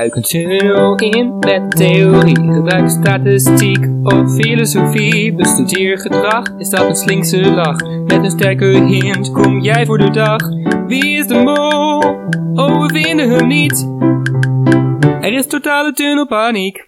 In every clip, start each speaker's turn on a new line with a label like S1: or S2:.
S1: Duik een tunnel in met theorie. Gebruik statistiek of filosofie. Bestudeer gedrag, is dat een slinkse lach? Met een sterke hint kom jij voor de dag. Wie is de mol? Oh, we vinden hem niet. Er is totale tunnelpaniek.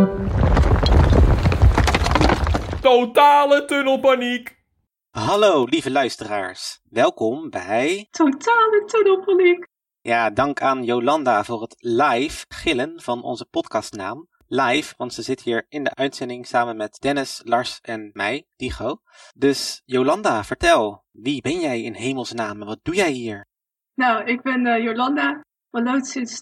S2: Totale tunnelpaniek!
S3: Hallo lieve luisteraars, welkom bij...
S4: Totale tunnelpaniek!
S3: Ja, dank aan Jolanda voor het live gillen van onze podcastnaam. Live, want ze zit hier in de uitzending samen met Dennis, Lars en mij, Diego. Dus Jolanda, vertel, wie ben jij in hemelsnaam en wat doe jij hier?
S4: Nou, ik ben Jolanda, woon sinds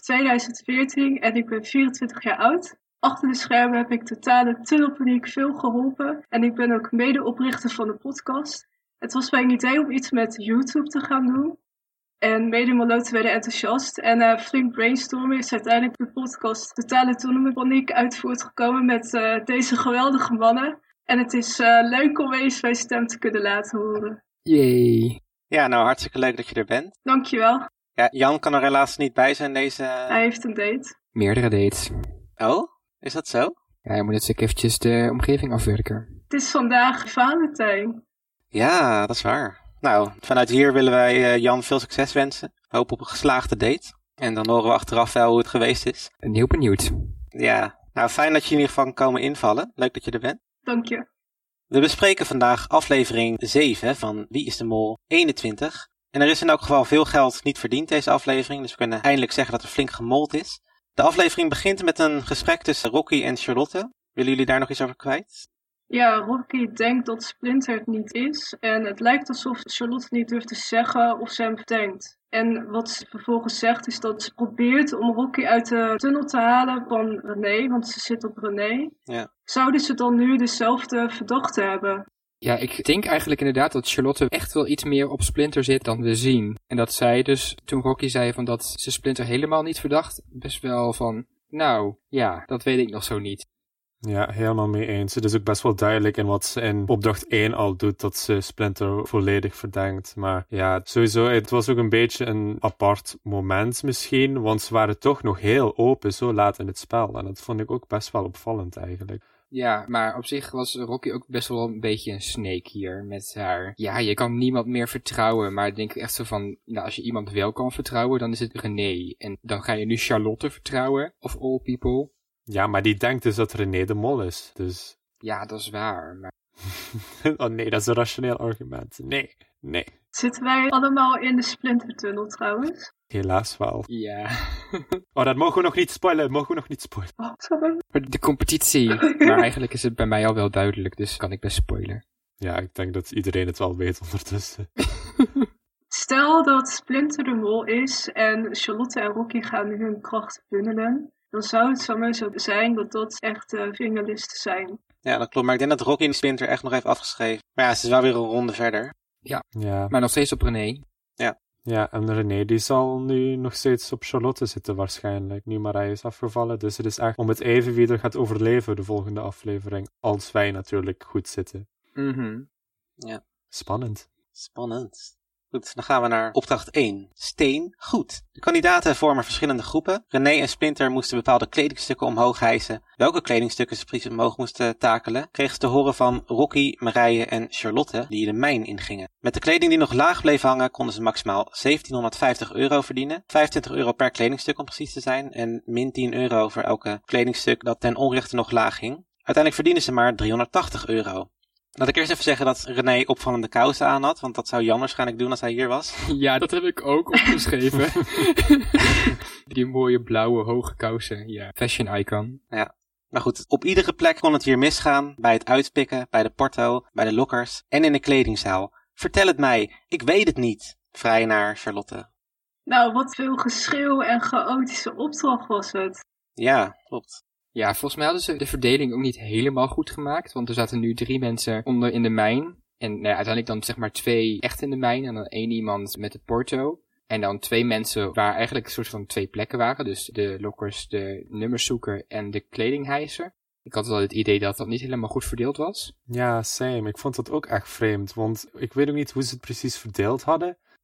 S4: 2014 en ik ben 24 jaar oud. Achter de schermen heb ik totale tunnelpaniek veel geholpen en ik ben ook medeoprichter van de podcast. Het was mijn idee om iets met YouTube te gaan doen. En mede-maloten werden enthousiast en flink brainstormen is uiteindelijk de podcast Totale Tunnelpaniek uit voortgekomen met deze geweldige mannen. En het is leuk om eens mijn stem te kunnen laten horen.
S1: Yay.
S3: Ja, nou hartstikke leuk dat je er bent.
S4: Dankjewel.
S3: Ja, Jan kan er helaas niet bij zijn deze...
S4: Hij heeft een date.
S1: Meerdere dates.
S3: Oh, is dat zo?
S1: Ja, je moet natuurlijk eventjes de omgeving afwerken.
S4: Het is vandaag Valentijn.
S3: Ja, dat is waar. Nou, vanuit hier willen wij Jan veel succes wensen. Hoop op een geslaagde date. En dan horen we achteraf wel hoe het geweest is.
S1: Heel benieuwd.
S3: Ja, nou fijn dat je in ieder geval kan komen invallen. Leuk dat je er bent.
S4: Dank je.
S3: We bespreken vandaag aflevering 7 van Wie is de Mol 21. En er is in elk geval veel geld niet verdiend deze aflevering. Dus we kunnen eindelijk zeggen dat er flink gemold is. De aflevering begint met een gesprek tussen Rocky en Charlotte. Willen jullie daar nog iets over kwijt?
S4: Ja, Rocky denkt dat Splinter het niet is. En het lijkt alsof Charlotte niet durft te zeggen of ze hem verdenkt. En wat ze vervolgens zegt is dat ze probeert om Rocky uit de tunnel te halen van René. Want ze zit op René.
S3: Ja.
S4: Zouden ze dan nu dezelfde verdachte hebben?
S1: Ja, ik denk eigenlijk inderdaad dat Charlotte echt wel iets meer op Splinter zit dan we zien. En dat zij dus, toen Rocky zei van dat ze Splinter helemaal niet verdacht, best wel van, nou, ja, dat weet ik nog zo niet.
S2: Ja, helemaal mee eens. Het is ook best wel duidelijk in wat ze in opdracht 1 al doet, dat ze Splinter volledig verdenkt. Maar ja, sowieso, het was ook een beetje een apart moment misschien, want ze waren toch nog heel open zo laat in het spel. En dat vond ik ook best wel opvallend eigenlijk.
S1: Ja, maar op zich was Rocky ook best wel een beetje een snake hier met haar. Ja, je kan niemand meer vertrouwen, maar ik denk echt zo van, nou, als je iemand wel kan vertrouwen, dan is het René. En dan ga je nu Charlotte vertrouwen, of all people.
S2: Ja, maar die denkt dus dat René de mol is, dus...
S1: Ja, dat is waar, maar...
S2: Oh nee, dat is een rationeel argument. Nee.
S4: Zitten wij allemaal in de Splintertunnel trouwens?
S2: Helaas wel.
S1: Ja.
S2: Oh, dat mogen we nog niet spoilen,
S4: Oh, sorry.
S1: De competitie. Maar eigenlijk is het bij mij al wel duidelijk, dus kan ik best spoilen.
S2: Ja, ik denk dat iedereen het wel weet ondertussen.
S4: Stel dat Splinter de mol is en Charlotte en Rocky gaan nu hun krachten bundelen. Dan zou het zomaar zo zijn dat dat echt finalisten zijn.
S3: Ja, dat klopt. Maar ik denk dat Rocky en Splinter echt nog heeft afgeschreven. Maar ja, ze is wel weer een ronde verder.
S2: Ja.
S1: Maar nog steeds op René.
S2: Ja, en René die zal nu nog steeds op Charlotte zitten waarschijnlijk. Nu Marije is afgevallen. Dus het is echt om het even wie er gaat overleven de volgende aflevering. Als wij natuurlijk goed zitten.
S3: Ja.
S2: Spannend.
S3: Goed, dan gaan we naar opdracht 1. Steen goed. De kandidaten vormen verschillende groepen. René en Splinter moesten bepaalde kledingstukken omhoog hijsen. Welke kledingstukken ze precies omhoog moesten takelen, kregen ze te horen van Rocky, Marije en Charlotte, die de mijn ingingen. Met de kleding die nog laag bleef hangen, konden ze maximaal €1750 verdienen. €25 per kledingstuk om precies te zijn. En min €10 voor elke kledingstuk dat ten onrechte nog laag hing. Uiteindelijk verdienen ze maar €380. Laat ik eerst even zeggen dat René opvallende kousen aan had, want dat zou Jan waarschijnlijk doen als hij hier was.
S1: Ja, dat heb ik ook opgeschreven. Die mooie blauwe hoge kousen, ja. Fashion icon.
S3: Ja. Maar goed, op iedere plek kon het hier misgaan. Bij het uitpikken, bij de porto, bij de lokkers en in de kledingzaal. Vertel het mij, ik weet het niet. Vrij naar Charlotte.
S4: Nou, wat veel geschreeuw en chaotische opdracht was het.
S3: Ja, klopt.
S1: Ja, volgens mij hadden ze de verdeling ook niet helemaal goed gemaakt. Want er zaten nu 3 mensen onder in de mijn. En nou ja, uiteindelijk dan zeg maar 2 echt in de mijn. En dan 1 iemand met het porto. En dan 2 mensen waar eigenlijk een soort van 2 plekken waren. Dus de lokkers, de nummerzoeker en de kledinghijser. Ik had wel het idee dat dat niet helemaal goed verdeeld was.
S2: Ja, same. Ik vond dat ook echt vreemd. Want ik weet ook niet hoe ze het precies verdeeld hadden.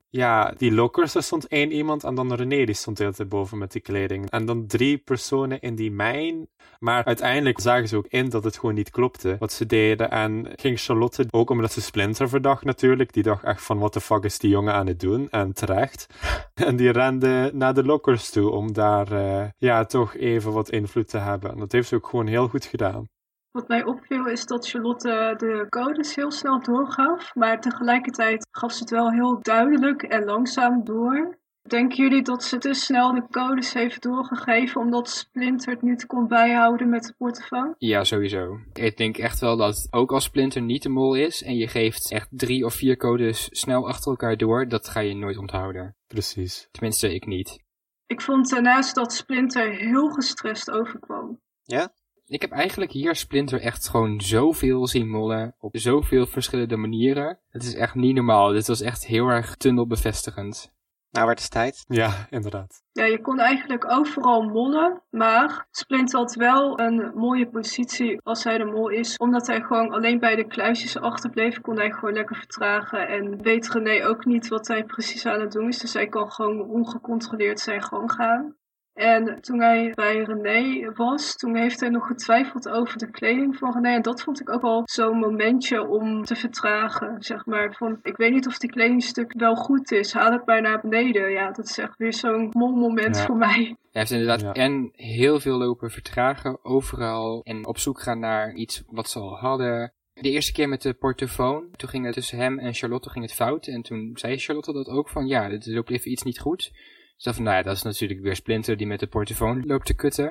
S2: Ja, die lockers, er stond 1 iemand en dan René, die stond de hele tijd boven met die kleding. En dan 3 personen in die mijn. Maar uiteindelijk zagen ze ook in dat het gewoon niet klopte wat ze deden. En ging Charlotte, ook omdat ze Splinter verdacht natuurlijk, die dacht echt van what the fuck is die jongen aan het doen? En terecht. En die rende naar de lockers toe om daar toch even wat invloed te hebben. En dat heeft ze ook gewoon heel goed gedaan.
S4: Wat mij opviel is dat Charlotte de codes heel snel doorgaf, maar tegelijkertijd gaf ze het wel heel duidelijk en langzaam door. Denken jullie dat ze te snel de codes heeft doorgegeven omdat Splinter het niet kon bijhouden met de portofoon?
S1: Ja, sowieso. Ik denk echt wel dat ook als Splinter niet de mol is en je geeft echt 3 of 4 codes snel achter elkaar door, dat ga je nooit onthouden.
S2: Precies.
S1: Tenminste, ik niet.
S4: Ik vond daarnaast dat Splinter heel gestrest overkwam.
S3: Ja?
S1: Ik heb eigenlijk hier Splinter echt gewoon zoveel zien mollen, op zoveel verschillende manieren. Het is echt niet normaal. Dit was echt heel erg tunnelbevestigend.
S3: Nou werd het tijd.
S2: Ja, inderdaad.
S4: Ja, je kon eigenlijk overal mollen, maar Splinter had wel een mooie positie als hij de mol is. Omdat hij gewoon alleen bij de kluisjes achterbleef, kon hij gewoon lekker vertragen. En weet René ook niet wat hij precies aan het doen is, dus hij kan gewoon ongecontroleerd zijn gang gaan. En toen hij bij René was, toen heeft hij nog getwijfeld over de kleding van René. En dat vond ik ook wel zo'n momentje om te vertragen, zeg maar. Van, ik weet niet of die kledingstuk wel goed is, haal het maar naar beneden. Ja, dat is echt weer zo'n molmoment voor mij.
S1: Hij heeft inderdaad en heel veel lopen vertragen, overal. En op zoek gaan naar iets wat ze al hadden. De eerste keer met de portofoon, toen ging het tussen hem en Charlotte ging het fout. En toen zei Charlotte dat ook van, ja, er loopt even iets niet goed. Dus van, nou ja, dat is natuurlijk weer Splinter die met de portofoon loopt te kutten.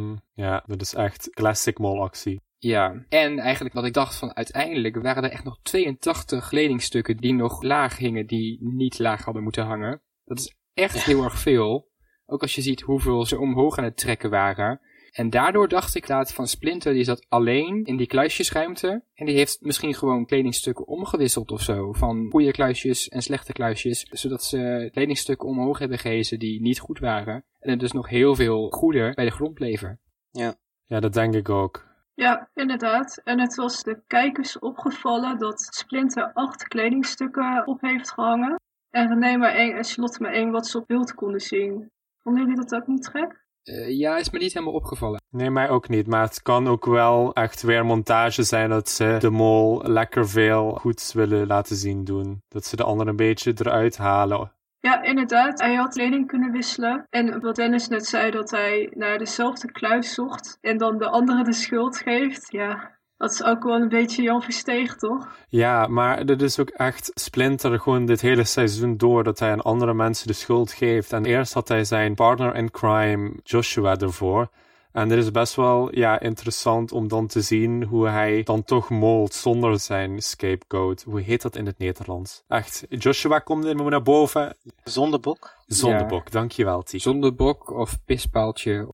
S2: Ja, dat is echt classic molactie.
S1: Ja, en eigenlijk wat ik dacht van uiteindelijk waren er echt nog 82 kledingstukken die nog laag hingen, die niet laag hadden moeten hangen. Dat is echt heel erg veel. Ook als je ziet hoeveel ze omhoog aan het trekken waren. En daardoor dacht ik laat van Splinter, die zat alleen in die kluisjesruimte. En die heeft misschien gewoon kledingstukken omgewisseld of zo. Van goede kluisjes en slechte kluisjes. Zodat ze kledingstukken omhoog hebben gehezen die niet goed waren. En er dus nog heel veel goede bij de grond bleven.
S2: Ja, dat denk ik ook.
S4: Ja, inderdaad. En het was de kijkers opgevallen dat Splinter 8 kledingstukken op heeft gehangen. En René maar 1 en Charlotte maar 1 wat ze op beeld konden zien. Vonden jullie dat ook niet gek?
S1: Ja, is me niet helemaal opgevallen.
S2: Nee, mij ook niet. Maar het kan ook wel echt weer montage zijn dat ze de mol lekker veel goeds willen laten zien doen. Dat ze de ander een beetje eruit halen.
S4: Ja, inderdaad. Hij had kleding kunnen wisselen. En wat Dennis net zei, dat hij naar dezelfde kluis zocht en dan de andere de schuld geeft. Ja, dat is ook wel een beetje Jan Versteeg, toch?
S2: Ja, maar dit is ook echt Splinter gewoon dit hele seizoen door dat hij aan andere mensen de schuld geeft. En eerst had hij zijn partner in crime, Joshua, ervoor. En dit is best wel interessant om dan te zien hoe hij dan toch molt zonder zijn scapegoat. Hoe heet dat in het Nederlands? Echt, Joshua komt er naar boven.
S3: Zondebok?
S2: Zondebok, dankjewel, Tico.
S1: Zondebok of pispaaltje.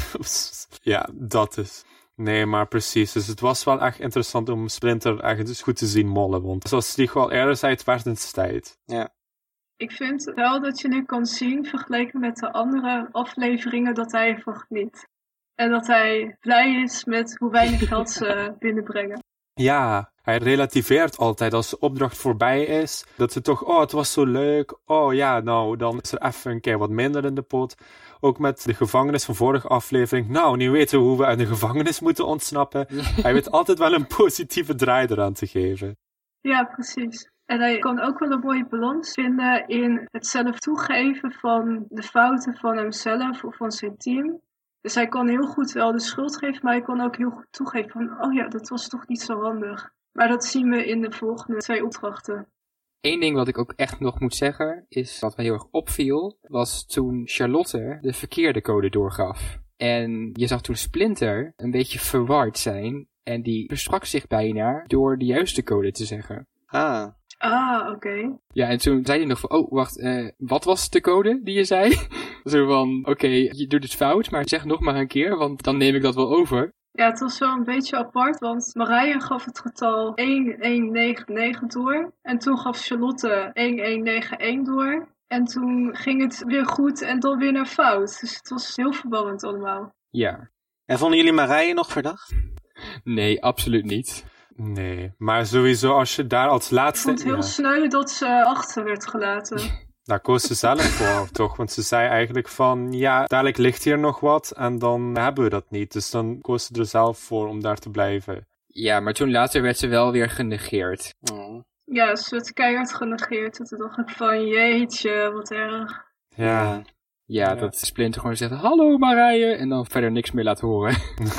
S2: Ja, dat is... Nee, maar precies. Dus het was wel echt interessant om Splinter echt dus goed te zien mollen. Want zoals Tigo al eerder zei, het werd een strijd.
S3: Ja.
S4: Ik vind wel dat je nu kan zien, vergeleken met de andere afleveringen, dat hij ervan geniet. En dat hij blij is met hoe weinig geld ze binnenbrengen.
S2: Ja, hij relativeert altijd als de opdracht voorbij is. Dat ze toch, het was zo leuk. Oh ja, nou, dan is er even een keer wat minder in de pot. Ook met de gevangenis van vorige aflevering. Nou, nu weten we hoe we uit de gevangenis moeten ontsnappen. Hij weet altijd wel een positieve draai eraan te geven.
S4: Ja, precies. En hij kan ook wel een mooie balans vinden in het zelf toegeven van de fouten van hemzelf of van zijn team. Dus hij kan heel goed wel de schuld geven, maar hij kan ook heel goed toegeven van, oh ja, dat was toch niet zo handig. Maar dat zien we in de volgende 2 opdrachten.
S1: Eén ding wat ik ook echt nog moet zeggen, is wat mij heel erg opviel, was toen Charlotte de verkeerde code doorgaf. En je zag toen Splinter een beetje verward zijn en die verstrak zich bijna door de juiste code te zeggen.
S4: Oké.
S1: Ja, en toen zei hij nog van, wacht, wat was de code die je zei? Zo van, oké, je doet het fout, maar zeg nog maar een keer, want dan neem ik dat wel over.
S4: Ja, het was wel een beetje apart, want Marije gaf het getal 1199 door. En toen gaf Charlotte 1191 door. En toen ging het weer goed en dan weer naar fout. Dus het was heel verwarrend allemaal.
S1: Ja.
S3: En vonden jullie Marije nog verdacht?
S1: Nee, absoluut niet.
S2: Nee, maar sowieso als je daar als laatste...
S4: Ik vond het heel sneu dat ze achter werd gelaten.
S2: Daar koos ze zelf voor, toch? Want ze zei eigenlijk van, ja, dadelijk ligt hier nog wat en dan hebben we dat niet. Dus dan koos ze er zelf voor om daar te blijven.
S1: Ja, maar toen later werd ze wel weer genegeerd.
S3: Oh.
S4: Ja, ze werd keihard genegeerd. Toen dacht ik van, jeetje, wat erg.
S2: Ja.
S1: Ja, dat Splinter gewoon zegt, hallo Marije, en dan verder niks meer laat horen.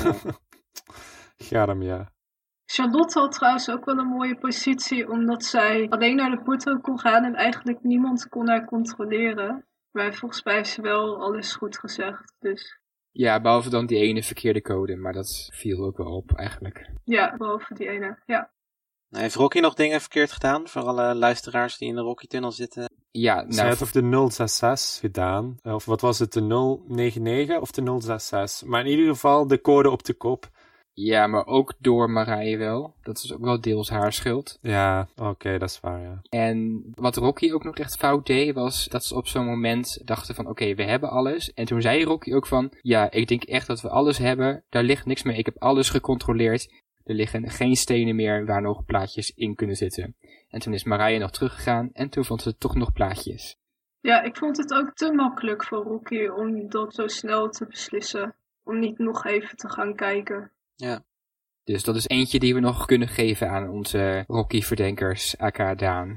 S2: Garm, ja.
S4: Charlotte had trouwens ook wel een mooie positie, omdat zij alleen naar de porto kon gaan en eigenlijk niemand kon haar controleren. Maar volgens mij is wel alles goed gezegd, dus...
S1: Ja, behalve dan die ene verkeerde code, maar dat viel ook wel op eigenlijk.
S4: Ja, behalve die ene, ja.
S3: Heeft Rocky nog dingen verkeerd gedaan? Voor alle luisteraars die in de Rocky-tunnel zitten.
S1: Ja,
S2: Zij
S1: nou,
S2: had of de 066 gedaan. Of wat was het, de 099 of de 066? Maar in ieder geval de code op de kop.
S1: ja, maar ook door Marije wel. Dat is ook wel deels haar schuld.
S2: Ja, oké, dat is waar, ja.
S1: En wat Rocky ook nog echt fout deed, was dat ze op zo'n moment dachten van, oké, we hebben alles. En toen zei Rocky ook van, ja, ik denk echt dat we alles hebben. Daar ligt niks meer. Ik heb alles gecontroleerd. Er liggen geen stenen meer waar nog plaatjes in kunnen zitten. En toen is Marije nog teruggegaan en toen vond ze toch nog plaatjes.
S4: Ja, ik vond het ook te makkelijk voor Rocky om dat zo snel te beslissen. Om niet nog even te gaan kijken.
S3: Ja.
S1: Dus dat is eentje die we nog kunnen geven aan onze Rocky-verdenkers, aka Daan.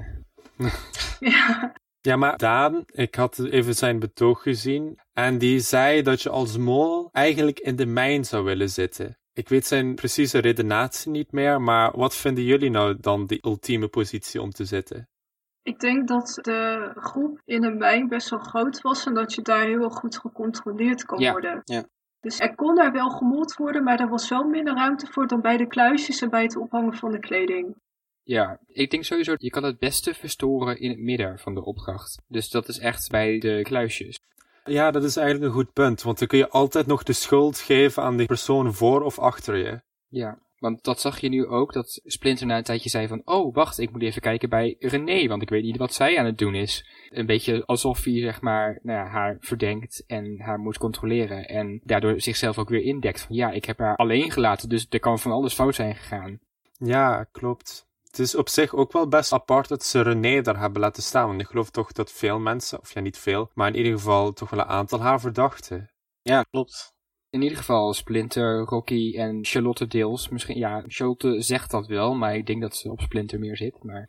S4: Ja.
S2: Ja, maar Daan, ik had even zijn betoog gezien. En die zei dat je als mol eigenlijk in de mijn zou willen zitten. Ik weet zijn precieze redenatie niet meer, maar wat vinden jullie nou dan die ultieme positie om te zitten?
S4: Ik denk dat de groep in een mijn best wel groot was en dat je daar heel goed gecontroleerd kan worden.
S3: Ja.
S4: Dus er kon daar wel gemold worden, maar er was wel minder ruimte voor dan bij de kluisjes en bij het ophangen van de kleding.
S1: Ja, ik denk sowieso, je kan het beste verstoren in het midden van de opdracht. Dus dat is echt bij de kluisjes.
S2: Ja, dat is eigenlijk een goed punt, want dan kun je altijd nog de schuld geven aan de persoon voor of achter je.
S1: Ja, want dat zag je nu ook, dat Splinter na een tijdje zei van, oh, wacht, ik moet even kijken bij René, want ik weet niet wat zij aan het doen is. Een beetje alsof hij, zeg maar, nou ja, haar verdenkt en haar moet controleren. En daardoor zichzelf ook weer indekt van, ja, ik heb haar alleen gelaten, dus er kan van alles fout zijn gegaan.
S2: Ja, klopt. Het is op zich ook wel best apart dat ze René daar hebben laten staan, want ik geloof toch dat veel mensen, of ja, niet veel, maar in ieder geval toch wel een aantal haar verdachten.
S3: Ja, klopt.
S1: In ieder geval Splinter, Rocky en Charlotte deels. Misschien, ja, Charlotte zegt dat wel, maar ik denk dat ze op Splinter meer zit. Maar...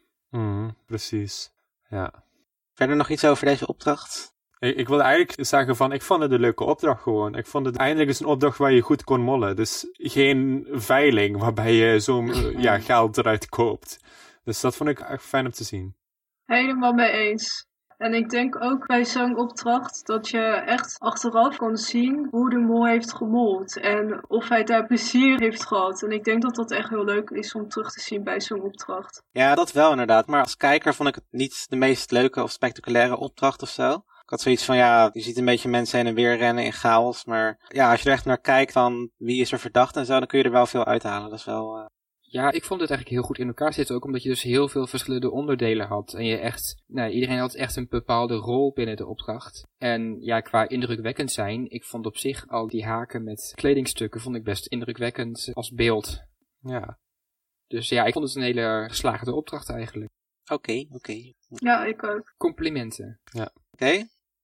S2: Precies, ja.
S3: Verder nog iets over deze opdracht?
S2: Ik wil eigenlijk zeggen van, ik vond het een leuke opdracht gewoon. Ik vond het eindelijk eens een opdracht waar je goed kon mollen. Dus geen veiling waarbij je zo'n geld eruit koopt. Dus dat vond ik echt fijn om te zien.
S4: Helemaal mee eens. En ik denk ook bij zo'n opdracht dat je echt achteraf kan zien hoe de mol heeft gemold. En of hij daar plezier heeft gehad. En ik denk dat dat echt heel leuk is om terug te zien bij zo'n opdracht.
S3: Ja, dat wel inderdaad. Maar als kijker vond ik het niet de meest leuke of spectaculaire opdracht of zo. Ik had zoiets van, ja, je ziet een beetje mensen heen en weer rennen in chaos. Maar ja, als je er echt naar kijkt van wie is er verdacht en zo, dan kun je er wel veel uithalen. Dat is wel...
S1: Ja, ik vond het eigenlijk heel goed in elkaar zitten. Ook omdat je dus heel veel verschillende onderdelen had. En je echt, nou, iedereen had echt een bepaalde rol binnen de opdracht. En ja, qua indrukwekkend zijn, ik vond op zich al die haken met kledingstukken vond ik best indrukwekkend als beeld.
S2: Ja.
S1: Dus ja, ik vond het een hele geslaagde opdracht eigenlijk.
S3: Oké.
S4: Ja, ik ook.
S1: Complimenten.
S2: Ja.
S3: Oké.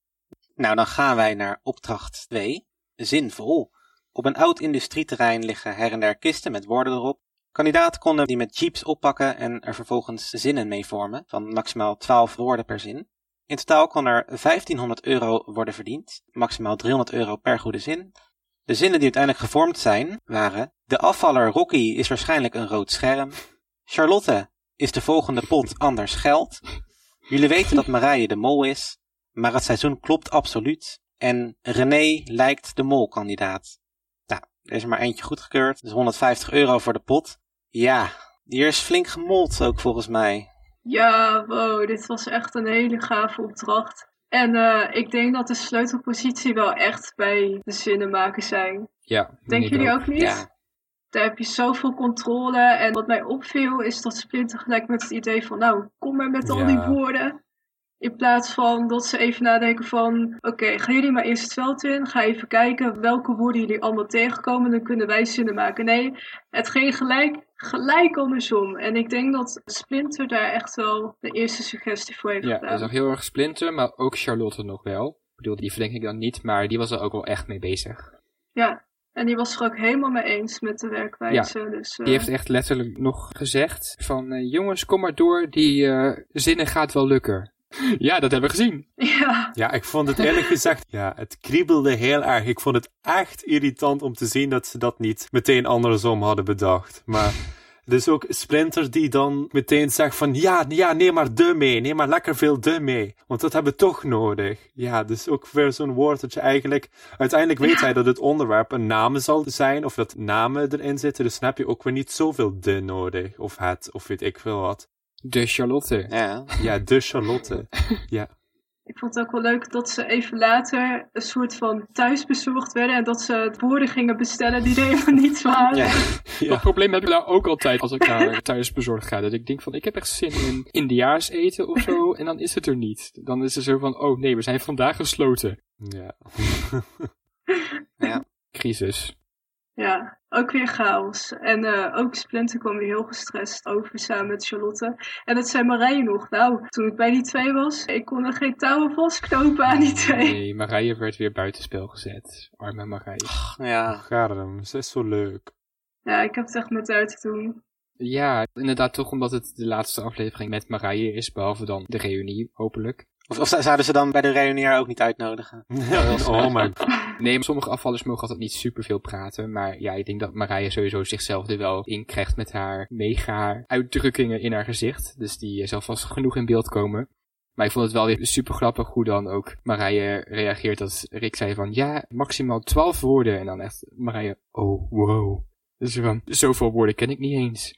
S3: Nou, dan gaan wij naar opdracht 2. Zinvol. Op een oud industrieterrein liggen her en der kisten met woorden erop. Kandidaten konden die met jeeps oppakken en er vervolgens zinnen mee vormen, van maximaal 12 woorden per zin. In totaal kon er €1500 worden verdiend, maximaal €300 per goede zin. De zinnen die uiteindelijk gevormd zijn, waren: de afvaller Rocky is waarschijnlijk een rood scherm. Charlotte is de volgende pot anders geld. Jullie weten dat Marije de mol is, maar het seizoen klopt absoluut. En René lijkt de molkandidaat. Nou, er is er maar eentje goedgekeurd, dus €150 voor de pot. Ja, hier is flink gemold ook volgens mij.
S4: Ja, wow, dit was echt een hele gave opdracht. En ik denk dat de sleutelpositie wel echt bij de zinnenmakers zijn.
S1: Ja.
S4: Denken jullie ook niet?
S3: Ja.
S4: Daar heb je zoveel controle. En wat mij opviel is dat Splinter gelijk met het idee van, nou, kom maar met al die woorden. In plaats van dat ze even nadenken van... Oké, gaan jullie maar eerst het veld in. Ga even kijken welke woorden jullie allemaal tegenkomen. Dan kunnen wij zinnen maken. Nee, het ging gelijk andersom. En ik denk dat Splinter daar echt wel de eerste suggestie voor heeft
S1: Ja,
S4: gedaan.
S1: dat is nog heel erg Splinter, maar ook Charlotte nog wel. Ik bedoel, die verdenk ik dan niet, maar die was er ook wel echt mee bezig.
S4: Ja, en die was er ook helemaal mee eens met de werkwijze. Ja, dus,
S1: die heeft echt letterlijk nog gezegd van... jongens, kom maar door, die zinnen gaat wel lukken. Ja, dat hebben we gezien.
S2: Ja, ik vond het eerlijk gezegd... Ja, het kriebelde heel erg. Ik vond het echt irritant om te zien dat ze dat niet meteen andersom hadden bedacht. Maar... Dus ook Splinter die dan meteen zegt van... Ja, neem maar de mee. Neem maar lekker veel de mee. Want dat hebben we toch nodig. Ja, dus ook weer zo'n woord dat je eigenlijk... Uiteindelijk weet hij dat het onderwerp een naam zal zijn. Of dat namen erin zitten. Dus dan heb je ook weer niet zoveel de nodig. Of het, of weet ik veel wat.
S1: De Charlotte.
S2: Ja, de Charlotte. Ja.
S4: Ik vond het ook wel leuk dat ze even later een soort van thuisbezorgd werden. En dat ze woorden gingen bestellen die er helemaal niet waren.
S3: Ja.
S1: Dat probleem heb ik nou ook altijd als ik naar thuisbezorgd ga. Dat ik denk van, ik heb echt zin in Indiaas eten of zo. En dan is het er niet. Dan is het zo van, oh nee, we zijn vandaag gesloten.
S2: Ja.
S3: Ja.
S1: Crisis.
S4: Ja, ook weer chaos. En ook Splinter kwam weer heel gestrest over samen met Charlotte. En dat zei Marije nog. Nou, toen ik bij die twee was, ik kon er geen touwen vastknopen aan die twee.
S1: Nee, Marije werd weer buitenspel gezet. Arme Marije.
S3: Ja.
S2: Garm, ze is zo leuk.
S4: Ja, ik heb het echt met haar te doen.
S1: Ja, inderdaad toch omdat het de laatste aflevering met Marije is. Behalve dan de reunie, hopelijk.
S3: Of zouden ze dan bij de reunie haar ook niet uitnodigen?
S2: Oh my god.
S1: Nee, sommige afvallers mogen altijd niet superveel praten. Maar ja, ik denk dat Marije sowieso zichzelf er wel in krijgt met haar mega uitdrukkingen in haar gezicht. Dus die zal vast genoeg in beeld komen. Maar ik vond het wel weer super grappig hoe dan ook Marije reageert als Rick zei van... Ja, maximaal 12 woorden. En dan echt Marije, oh wow. Dus van, zoveel woorden ken ik niet eens.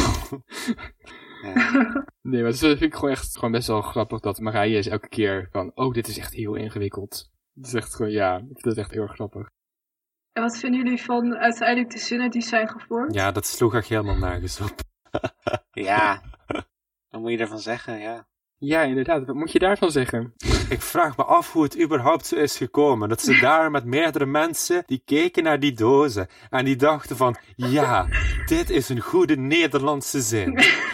S3: Ja.
S1: Nee, maar dat vind ik gewoon best wel grappig dat Marije is elke keer van... Oh, dit is echt heel ingewikkeld. Het is echt gewoon, ja, ik vind het echt heel erg grappig.
S4: En wat vinden jullie van uiteindelijk de zinnen die zijn gevormd?
S2: Ja, dat sloeg echt helemaal nergens op.
S3: Ja. Wat moet je ervan zeggen, ja.
S1: Ja, inderdaad. Wat moet je daarvan zeggen?
S2: Ik vraag me af hoe het überhaupt zo is gekomen. Dat ze daar met meerdere mensen, die keken naar die dozen. En die dachten van, ja, dit is een goede Nederlandse zin.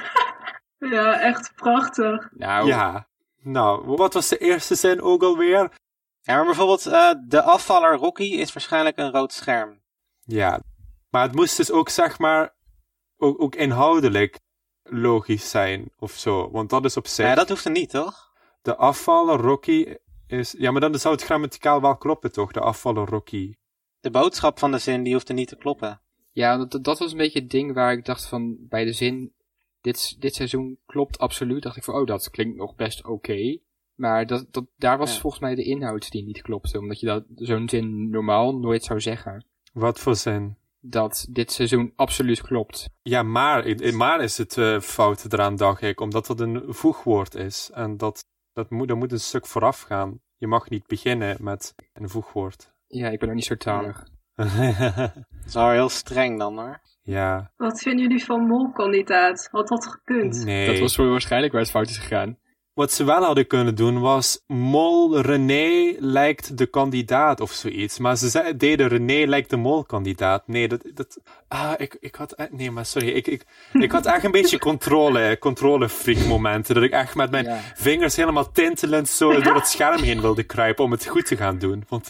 S4: Ja, echt prachtig.
S1: Nou,
S2: Ja. Nou, wat was de eerste zin ook alweer?
S3: Ja, maar bijvoorbeeld de afvaller Rocky is waarschijnlijk een rood scherm.
S2: Ja. Maar het moest dus ook, zeg maar, ook inhoudelijk logisch zijn of zo. Want dat is op zich...
S3: Ja, dat hoeft er niet, toch?
S2: De afvaller Rocky is... Ja, maar dan zou het grammaticaal wel kloppen, toch? De afvaller Rocky.
S3: De boodschap van de zin, die hoeft er niet te kloppen.
S1: ja, dat was een beetje het ding waar ik dacht van bij de zin... Dit seizoen klopt absoluut. Dacht ik van, oh, dat klinkt nog best oké. Maar daar was volgens mij de inhoud die niet klopte. Omdat je zo'n zin normaal nooit zou zeggen.
S2: Wat voor zin?
S1: Dat dit seizoen absoluut klopt.
S2: Ja, maar is het fout eraan, dacht ik. Omdat dat een voegwoord is. En dat moet een stuk vooraf gaan. Je mag niet beginnen met een voegwoord.
S1: Ja, ik ben ook niet zo talig.
S3: Dat is wel heel streng dan, hoor.
S2: Ja.
S4: Wat vinden jullie van molkandidaat? Had dat gekund?
S2: Nee.
S1: Dat was waarschijnlijk waar het fout is gegaan.
S2: Wat ze wel hadden kunnen doen was... Mol René lijkt de kandidaat of zoiets. Maar ze deden René lijkt de molkandidaat. Nee, ik had... Nee, maar sorry. Ik had echt een beetje controlefreak momenten. Dat ik echt met mijn vingers helemaal tintelend zo door het scherm heen wilde kruipen om het goed te gaan doen. Want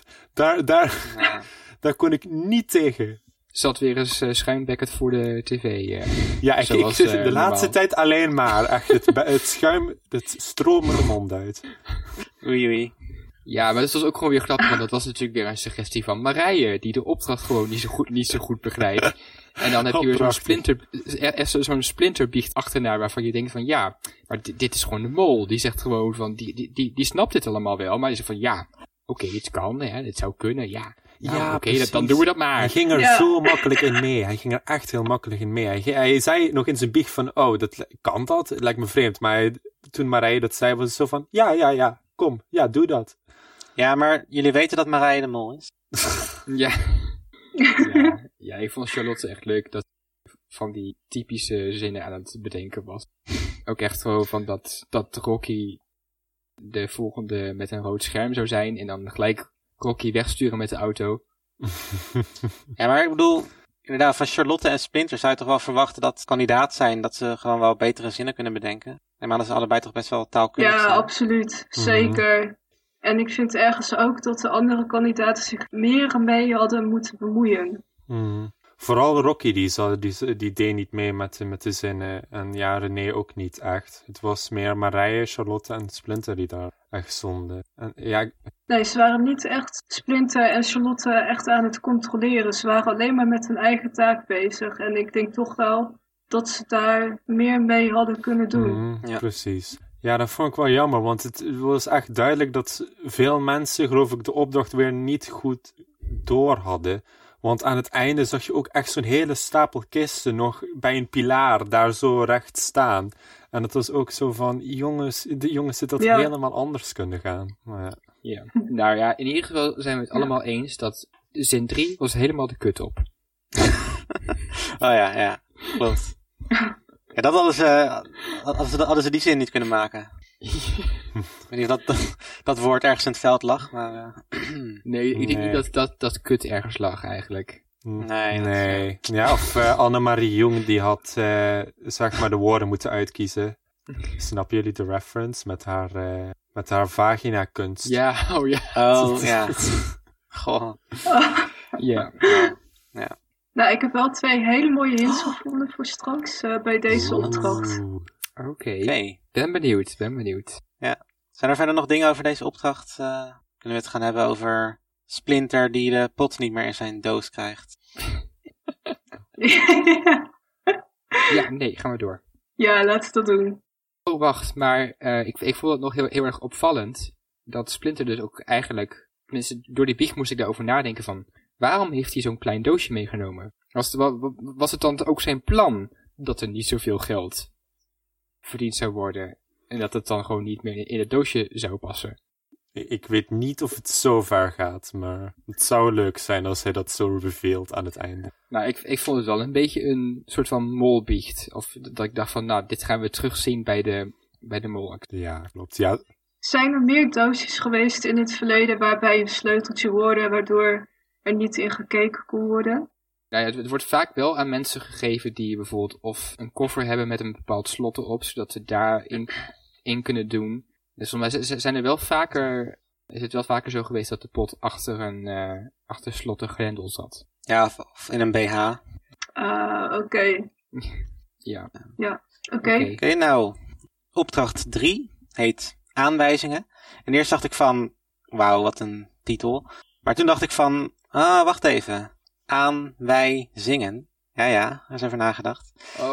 S2: daar kon ik niet tegen.
S1: Zat weer eens schuimbekkend voor de tv.
S2: Ja, ik zit de laatste tijd alleen maar. Echt, het schuim, het stroomt de mond uit.
S3: Oei.
S1: Ja, maar dat was ook gewoon weer grappig, want dat was natuurlijk weer een suggestie van Marije, die de opdracht gewoon niet zo goed begrijpt. En dan heb je weer zo'n splinterbiecht achterna waarvan je denkt van ja, maar dit is gewoon de mol. Die zegt gewoon van, die snapt dit allemaal wel, maar die zegt van ja, oké, het kan, hè, het zou kunnen, ja. Nou, oké, dan doen we dat maar.
S2: Hij ging er zo makkelijk in mee. Hij ging er echt heel makkelijk in mee. Hij zei nog in zijn biecht van, oh, kan dat? Het lijkt me vreemd. Maar toen Marije dat zei, was het zo van, ja, kom, ja, doe dat.
S3: Ja, maar jullie weten dat Marije de mol is?
S1: Ja, ik vond Charlotte echt leuk dat van die typische zinnen aan het bedenken was. Ook echt gewoon van dat Rocky de volgende met een rood scherm zou zijn en dan gelijk Rocky wegsturen met de auto.
S3: Ja, maar ik bedoel, inderdaad, van Charlotte en Splinter zou je toch wel verwachten dat kandidaat zijn, dat ze gewoon wel betere zinnen kunnen bedenken. En maar dat ze allebei toch best wel taalkundig
S4: Ja,
S3: zijn.
S4: absoluut. Zeker. En ik vind ergens ook dat de andere kandidaten zich meer mee hadden moeten bemoeien.
S2: Vooral Rocky, die deed niet mee met de zinnen. En ja, René ook niet echt. Het was meer Marije, Charlotte en Splinter die daar echt stonden. En ja,
S4: Nee, ze waren niet echt Splinter en Charlotte echt aan het controleren. Ze waren alleen maar met hun eigen taak bezig. En ik denk toch wel dat ze daar meer mee hadden kunnen doen.
S3: Ja.
S2: Precies. Ja, dat vond ik wel jammer, want het was echt duidelijk dat veel mensen, geloof ik, de opdracht weer niet goed door hadden. Want aan het einde zag je ook echt zo'n hele stapel kisten nog bij een pilaar daar zo recht staan. En het was ook zo van, de jongens dit had helemaal anders kunnen gaan. Maar ja.
S1: Ja. Nou ja, in ieder geval zijn we het allemaal eens dat zin 3 was helemaal de kut op.
S3: Oh ja, klopt. Ja, dat hadden ze die zin niet kunnen maken. Ik weet niet of dat woord ergens in het veld lag, maar...
S1: Nee, ik denk niet dat kut ergens lag eigenlijk.
S3: Nee.
S2: Ja, of Annemarie Jong, die had, zeg maar, de woorden moeten uitkiezen. Snappen jullie de reference met haar vagina-kunst?
S1: Ja, oh ja.
S3: Oh, ja. Goh.
S1: Ja.
S3: Ja.
S4: Nou, ik heb wel 2 hele mooie hints gevonden voor straks bij deze opdracht.
S1: Oké.
S3: Okay.
S1: Ben benieuwd.
S3: Ja. Zijn er verder nog dingen over deze opdracht? Kunnen we het gaan hebben over Splinter die de pot niet meer in zijn doos krijgt?
S1: Ja, nee, gaan we door.
S4: Ja, laten we dat doen.
S1: Oh, wacht, maar ik vond het nog heel erg opvallend dat Splinter dus ook eigenlijk, tenminste door die biecht moest ik daarover nadenken van, waarom heeft hij zo'n klein doosje meegenomen? Was het dan ook zijn plan dat er niet zoveel geld verdiend zou worden en dat het dan gewoon niet meer in het doosje zou passen?
S2: Ik weet niet of het zo ver gaat, maar het zou leuk zijn als hij dat zo revealed aan het einde.
S1: Nou, ik vond het wel een beetje een soort van molbiecht. Of dat ik dacht van, nou, dit gaan we terugzien bij de mol.
S2: Ja, klopt. Ja.
S4: Zijn er meer doosjes geweest in het verleden waarbij een sleuteltje hoorde waardoor er niet in gekeken kon worden?
S1: Nou ja, het wordt vaak wel aan mensen gegeven die bijvoorbeeld of een koffer hebben met een bepaald slot erop, zodat ze daarin in kunnen doen. Dus zijn er wel vaker, is het wel vaker zo geweest dat de pot achter slot en grendel zat.
S3: Ja, of in een BH.
S4: Oké.
S1: Ja.
S4: Ja, oké.
S3: Oké, nou, opdracht 3 heet aanwijzingen. En eerst dacht ik van, wauw, wat een titel. Maar toen dacht ik van, wacht even. Aanwijzingen. Ja, daar is even nagedacht.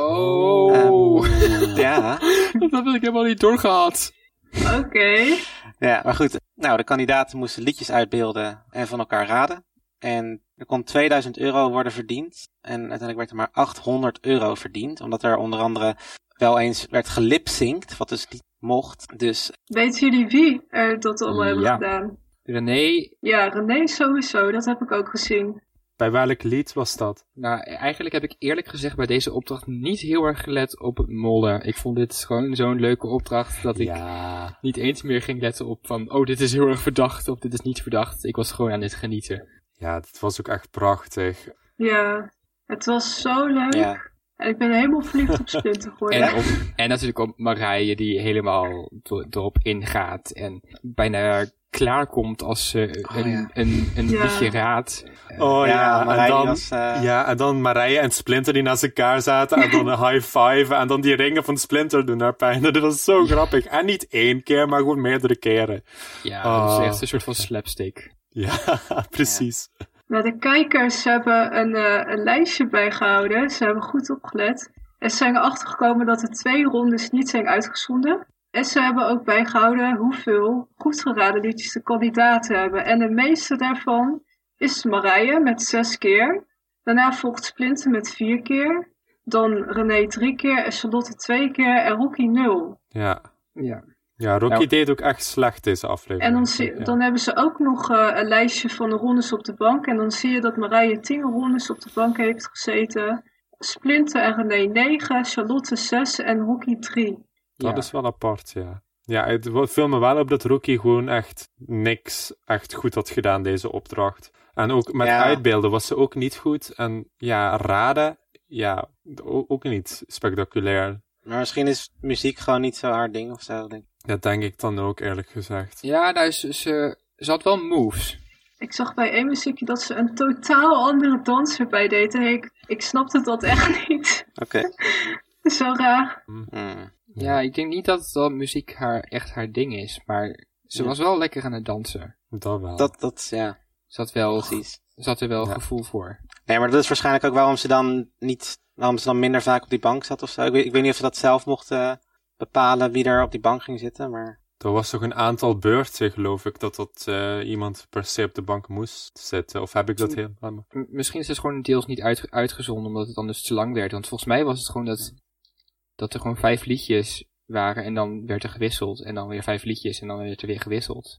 S1: Oh.
S3: Ja.
S1: Dat heb ik helemaal niet doorgehad.
S4: Oké.
S3: Ja, maar goed. Nou, de kandidaten moesten liedjes uitbeelden en van elkaar raden. En er kon €2000 worden verdiend. En uiteindelijk werd er maar €800 verdiend. Omdat er onder andere wel eens werd gelipsynct, wat dus niet mocht. Dus...
S4: Weten jullie wie er dat allemaal hebben
S1: Ja.
S4: gedaan?
S1: René,
S4: Ja, René sowieso. Dat heb ik ook gezien.
S2: Bij welk lied was dat?
S1: nou eigenlijk heb ik eerlijk gezegd bij deze opdracht niet heel erg gelet op het mollen. Ik vond dit gewoon zo'n leuke opdracht dat ik niet eens meer ging letten op van, oh dit is heel erg verdacht of dit is niet verdacht. Ik was gewoon aan het genieten.
S2: Ja, het was ook echt prachtig.
S4: Ja, het was zo leuk.
S3: Ja.
S4: En ik ben helemaal verliefd op Splinter geworden.
S1: En natuurlijk op Marije die helemaal erop ingaat en bijna klaarkomt als ze een liedje raadt.
S2: Oh ja,
S3: Marije
S2: en dan,
S3: was...
S2: en dan Marije en Splinter die naast elkaar zaten en dan een high five en dan die ringen van Splinter doen haar pijn. Dat was zo grappig. En niet 1 keer, maar gewoon meerdere keren.
S1: Ja, dat is echt een soort van slapstick.
S2: Ja, precies.
S4: Nou, de kijkers hebben een lijstje bijgehouden. Ze hebben goed opgelet. En ze zijn erachter gekomen dat er 2 rondes niet zijn uitgezonden. En ze hebben ook bijgehouden hoeveel goed geraden liedjes de kandidaten hebben. En de meeste daarvan is Marije met 6 keer. Daarna volgt Splinter met 4 keer. Dan René 3 keer en Charlotte 2 keer en Rocky 0.
S2: Ja.
S1: Ja.
S2: Ja, Rocky deed ook echt slecht deze aflevering.
S4: En dan hebben ze ook nog een lijstje van de rondes op de bank. En dan zie je dat Marije 10 rondes op de bank heeft gezeten. Splinter en René 9, Charlotte 6 en Rocky 3.
S2: Dat is wel apart, ja. Ja, het viel me wel op dat Rookie gewoon echt niks echt goed had gedaan, deze opdracht. En ook met uitbeelden was ze ook niet goed. En ja, raden, ja, ook niet spectaculair.
S3: Maar misschien is muziek gewoon niet zo haar ding of zo, denk ik.
S2: Dat denk ik dan ook, eerlijk gezegd.
S1: Ja, nou, ze had wel moves.
S4: Ik zag bij één muziekje dat ze een totaal andere dans erbij deed. En ik snapte dat echt niet.
S3: Oké.
S4: Zo raar.
S1: Ja, ik denk niet dat muziek echt haar ding is. Maar ze was wel lekker aan het dansen.
S2: Dat wel.
S3: Dat ja.
S1: Ze had er wel
S2: Ja.
S1: gevoel voor.
S3: Nee, maar dat is waarschijnlijk ook waarom ze dan minder vaak op die bank zat of zo. Ik weet niet of ze dat zelf mochten bepalen wie er op die bank ging zitten, maar...
S2: Er was toch een aantal beurten, geloof ik, dat iemand per se op de bank moest zitten. Of heb ik dat helemaal...
S1: Misschien is het gewoon deels niet uitgezonden, omdat het anders te lang werd. Want volgens mij was het gewoon dat er gewoon 5 liedjes waren en dan werd er gewisseld. En dan weer 5 liedjes en dan werd er weer gewisseld.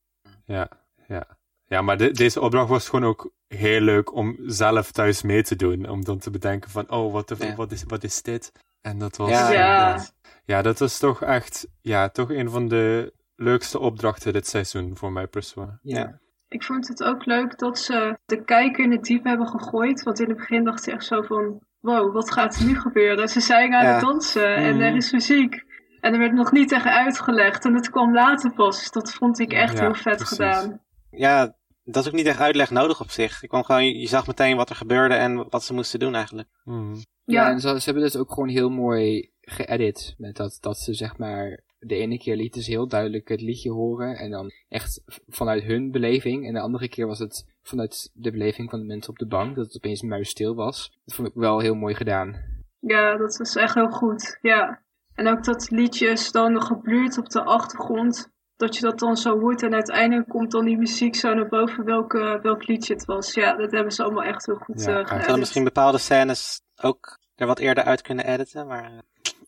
S2: Ja, maar deze opdracht was gewoon ook heel leuk om zelf thuis mee te doen. Om dan te bedenken van, wat is dit? En dat was... Ja, dat was toch echt, toch een van de leukste opdrachten dit seizoen voor mij persoonlijk.
S1: Ja.
S4: Ik vond het ook leuk dat ze de kijker in het diep hebben gegooid. Want in het begin dacht ze echt zo van, wow, wat gaat er nu gebeuren? Ze zijn aan het dansen en er is muziek. En er werd nog niet echt uitgelegd en het kwam later pas. Dus dat vond ik echt heel vet gedaan.
S3: Ja, dat is ook niet echt uitleg nodig op zich. Je zag meteen wat er gebeurde en wat ze moesten doen eigenlijk.
S1: Ja, en ze hebben dus ook gewoon heel mooi geëdit. Met dat ze zeg maar, de ene keer lieten ze heel duidelijk het liedje horen. En dan echt vanuit hun beleving. En de andere keer was het vanuit de beleving van de mensen op de bank. Dat het opeens muisstil was. Dat vond ik wel heel mooi gedaan.
S4: Ja, dat was echt heel goed. Ja. En ook dat liedjes dan gebluurd op de achtergrond. Dat je dat dan zo hoort en uiteindelijk komt dan die muziek zo naar boven welk liedje het was. Ja, dat hebben ze allemaal echt heel goed gedaan. Ze
S3: hadden misschien bepaalde scènes ook er wat eerder uit kunnen editen, maar...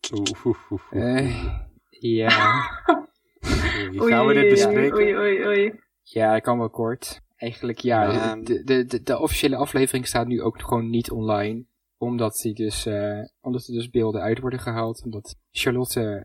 S1: Ja.
S2: Gaan we dit bespreken?
S4: Oei.
S1: Ja, dat kan wel kort. Eigenlijk de officiële aflevering staat nu ook gewoon niet online. Omdat er dus beelden uit worden gehaald. Omdat Charlotte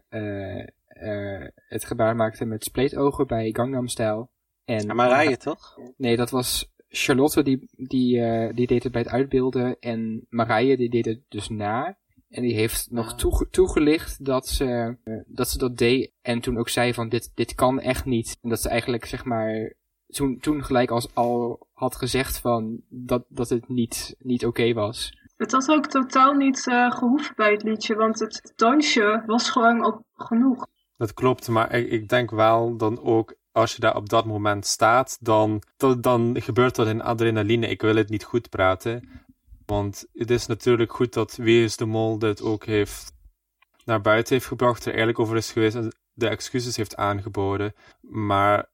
S1: het gebaar maakte met spleetogen bij Gangnam Style. En
S3: Marije toch?
S1: Nee, dat was Charlotte die deed het bij het uitbeelden. En Marije die deed het dus na. En die heeft nog toegelicht dat ze dat deed. En toen ook zei van dit kan echt niet. En dat ze eigenlijk zeg maar toen gelijk al had gezegd van dat het niet oké was.
S4: Het had ook totaal niet gehoeven bij het liedje. Want het dansje was gewoon al genoeg.
S2: Dat klopt, maar ik denk wel dan ook, als je daar op dat moment staat, dan gebeurt dat in adrenaline. Ik wil het niet goed praten. Want het is natuurlijk goed dat Wie is de Mol dit ook naar buiten heeft gebracht, er eigenlijk over is geweest en de excuses heeft aangeboden. Maar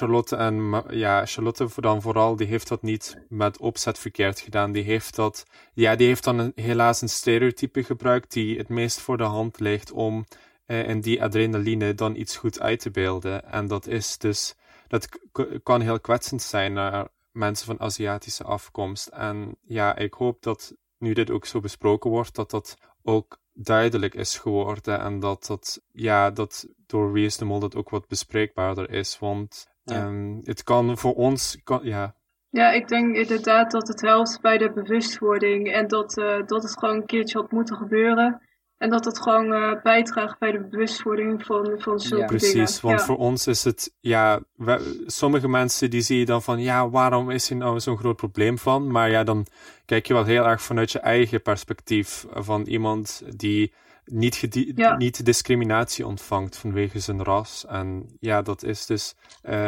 S2: Charlotte dan vooral, die heeft dat niet met opzet verkeerd gedaan. Die heeft dan helaas een stereotype gebruikt die het meest voor de hand ligt om in die adrenaline dan iets goed uit te beelden. En dat kan heel kwetsend zijn naar mensen van Aziatische afkomst. En ja, ik hoop dat nu dit ook zo besproken wordt, dat ook duidelijk is geworden en dat door Wie is de Mol dat ook wat bespreekbaarder is. Want het kan voor ons...
S4: Ja, ik denk inderdaad dat het helpt bij de bewustwording en dat het gewoon een keertje had moeten gebeuren. En dat het gewoon bijdraagt bij de bewustwording van zulke dingen.
S2: Precies, want voor ons is het... sommige mensen die zie je dan van... waarom is hier nou zo'n groot probleem van? Maar dan kijk je wel heel erg vanuit je eigen perspectief. Van iemand die niet discriminatie ontvangt vanwege zijn ras. En dat is dus...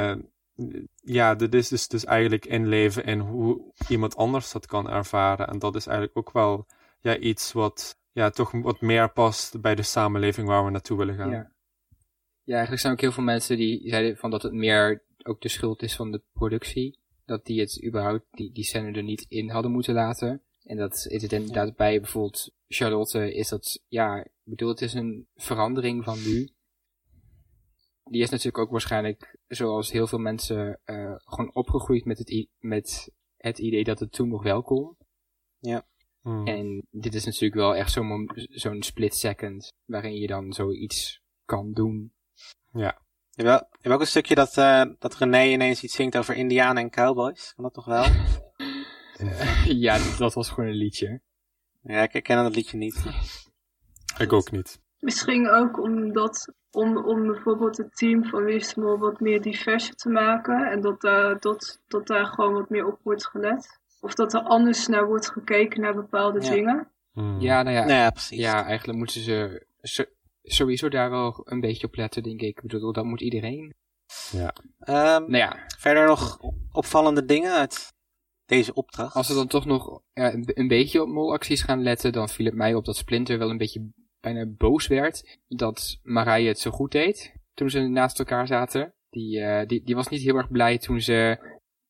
S2: dit is dus eigenlijk inleven in hoe iemand anders dat kan ervaren. En dat is eigenlijk ook wel iets wat... toch wat meer past bij de samenleving waar we naartoe willen gaan.
S1: Ja, eigenlijk zijn ook heel veel mensen die zeiden van dat het meer ook de schuld is van de productie. Dat die het überhaupt, die scène er niet in hadden moeten laten. En dat is het inderdaad bij bijvoorbeeld Charlotte is dat, het is een verandering van nu. Die is natuurlijk ook waarschijnlijk, zoals heel veel mensen, gewoon opgegroeid met het idee dat het toen nog wel kon.
S3: Ja.
S1: En dit is natuurlijk wel echt zo'n split second waarin je dan zoiets kan doen.
S2: Ja.
S3: Je hebt ook een stukje dat René ineens iets zingt over Indianen en cowboys. Kan dat nog wel?
S1: Ja, dat was gewoon een liedje.
S3: Ja, ik ken dat liedje niet.
S2: Ik ook niet.
S4: Misschien ook om bijvoorbeeld het team van Wie is de Mol wat meer diverser te maken. En dat daar gewoon wat meer op wordt gelet. Of dat er anders naar wordt gekeken naar bepaalde dingen.
S1: Ja, nou ja.
S3: Ja, precies.
S1: Ja, eigenlijk moeten ze sowieso daar wel een beetje op letten, denk ik. Ik bedoel, dat moet iedereen.
S2: Ja.
S1: Nou ja.
S3: Verder nog opvallende dingen uit deze opdracht?
S1: Als we dan toch nog een beetje op molacties gaan letten, dan viel het mij op dat Splinter wel een beetje bijna boos werd dat Marije het zo goed deed toen ze naast elkaar zaten. Die was niet heel erg blij toen ze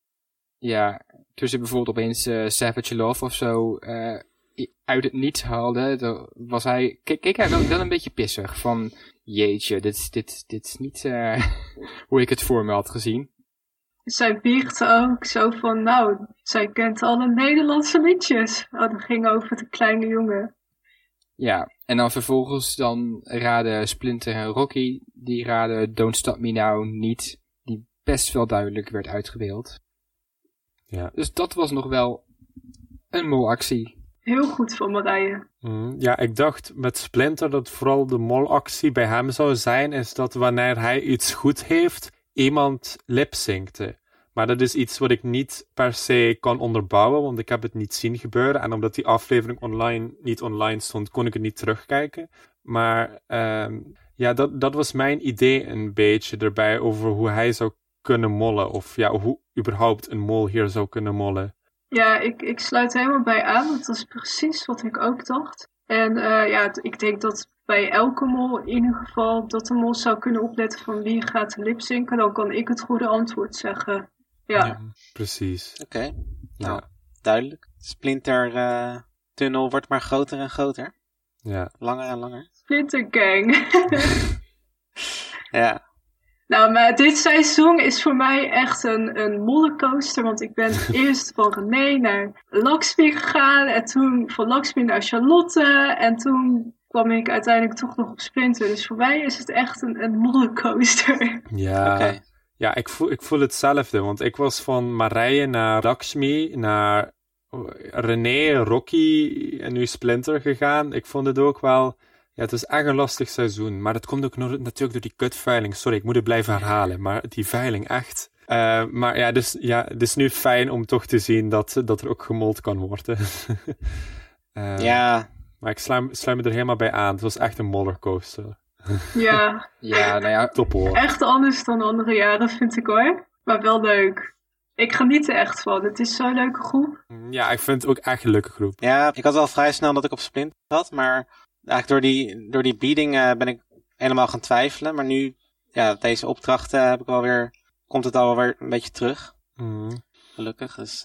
S1: bijvoorbeeld opeens Savage Love of zo uit het niets haalde. Dan was hij, keek hij wel een beetje pissig van, jeetje, dit is niet hoe ik het voor me had gezien.
S4: Zij biechtte ook zo van, nou, zij kent alle Nederlandse liedjes. Oh, dat ging over de kleine jongen.
S1: Ja, en dan vervolgens dan raden Splinter en Rocky, die raden Don't Stop Me Now niet, die best wel duidelijk werd uitgebeeld.
S2: Ja.
S1: Dus dat was nog wel een molactie.
S4: Heel goed van Marije.
S2: Ja, ik dacht met Splinter dat vooral de molactie bij hem zou zijn, is dat wanneer hij iets goed heeft, iemand lipsynkte. Maar dat is iets wat ik niet per se kan onderbouwen, want ik heb het niet zien gebeuren. En omdat die aflevering niet online stond, kon ik het niet terugkijken. Maar dat was mijn idee een beetje erbij over hoe hij zou kunnen mollen. Of ja, hoe überhaupt een mol hier zou kunnen mollen.
S4: Ja, ik sluit helemaal bij aan, want dat is precies wat ik ook dacht. En ik denk dat bij elke mol in ieder geval dat de mol zou kunnen opletten van wie gaat de lipzinken. Dan kan ik het goede antwoord zeggen. Ja,
S2: precies.
S3: Oké. Nou, duidelijk. Splinter-tunnel wordt maar groter en groter.
S2: Ja.
S3: Langer en langer.
S4: Splinter Gang.
S3: Ja.
S4: Nou, maar dit seizoen is voor mij echt een rollercoaster. Want ik ben eerst van René naar Lakshmi gegaan. En toen van Lakshmi naar Charlotte. En toen kwam ik uiteindelijk toch nog op Splinter. Dus voor mij is het echt een rollercoaster.
S2: Ja.
S3: Okay.
S2: Ja, ik voel hetzelfde, want ik was van Marije naar Lakshmi, naar René, Rocky en nu Splinter gegaan. Ik vond het ook wel, ja, het is echt een lastig seizoen, maar dat komt ook natuurlijk door die kutveiling. Sorry, ik moet het blijven herhalen, maar die veiling echt. Maar ja, dus ja, het is nu fijn om toch te zien dat er ook gemold kan worden.
S3: Ja.
S2: Maar ik sluit me er helemaal bij aan. Het was echt een mollercoaster.
S4: Ja.
S1: Ja, nou ja.
S2: Top hoor.
S4: Echt anders dan andere jaren, vind ik hoor. Maar wel leuk. Ik geniet er echt van. Het is zo'n leuke groep.
S2: Ja, ik vind het ook echt een leuke groep.
S3: Ja, ik had wel vrij snel dat ik op Splinter had, maar eigenlijk door die bieding ben ik helemaal gaan twijfelen. Maar nu, ja, deze opdrachten heb ik wel weer, komt het alweer een beetje terug. Gelukkig, dus...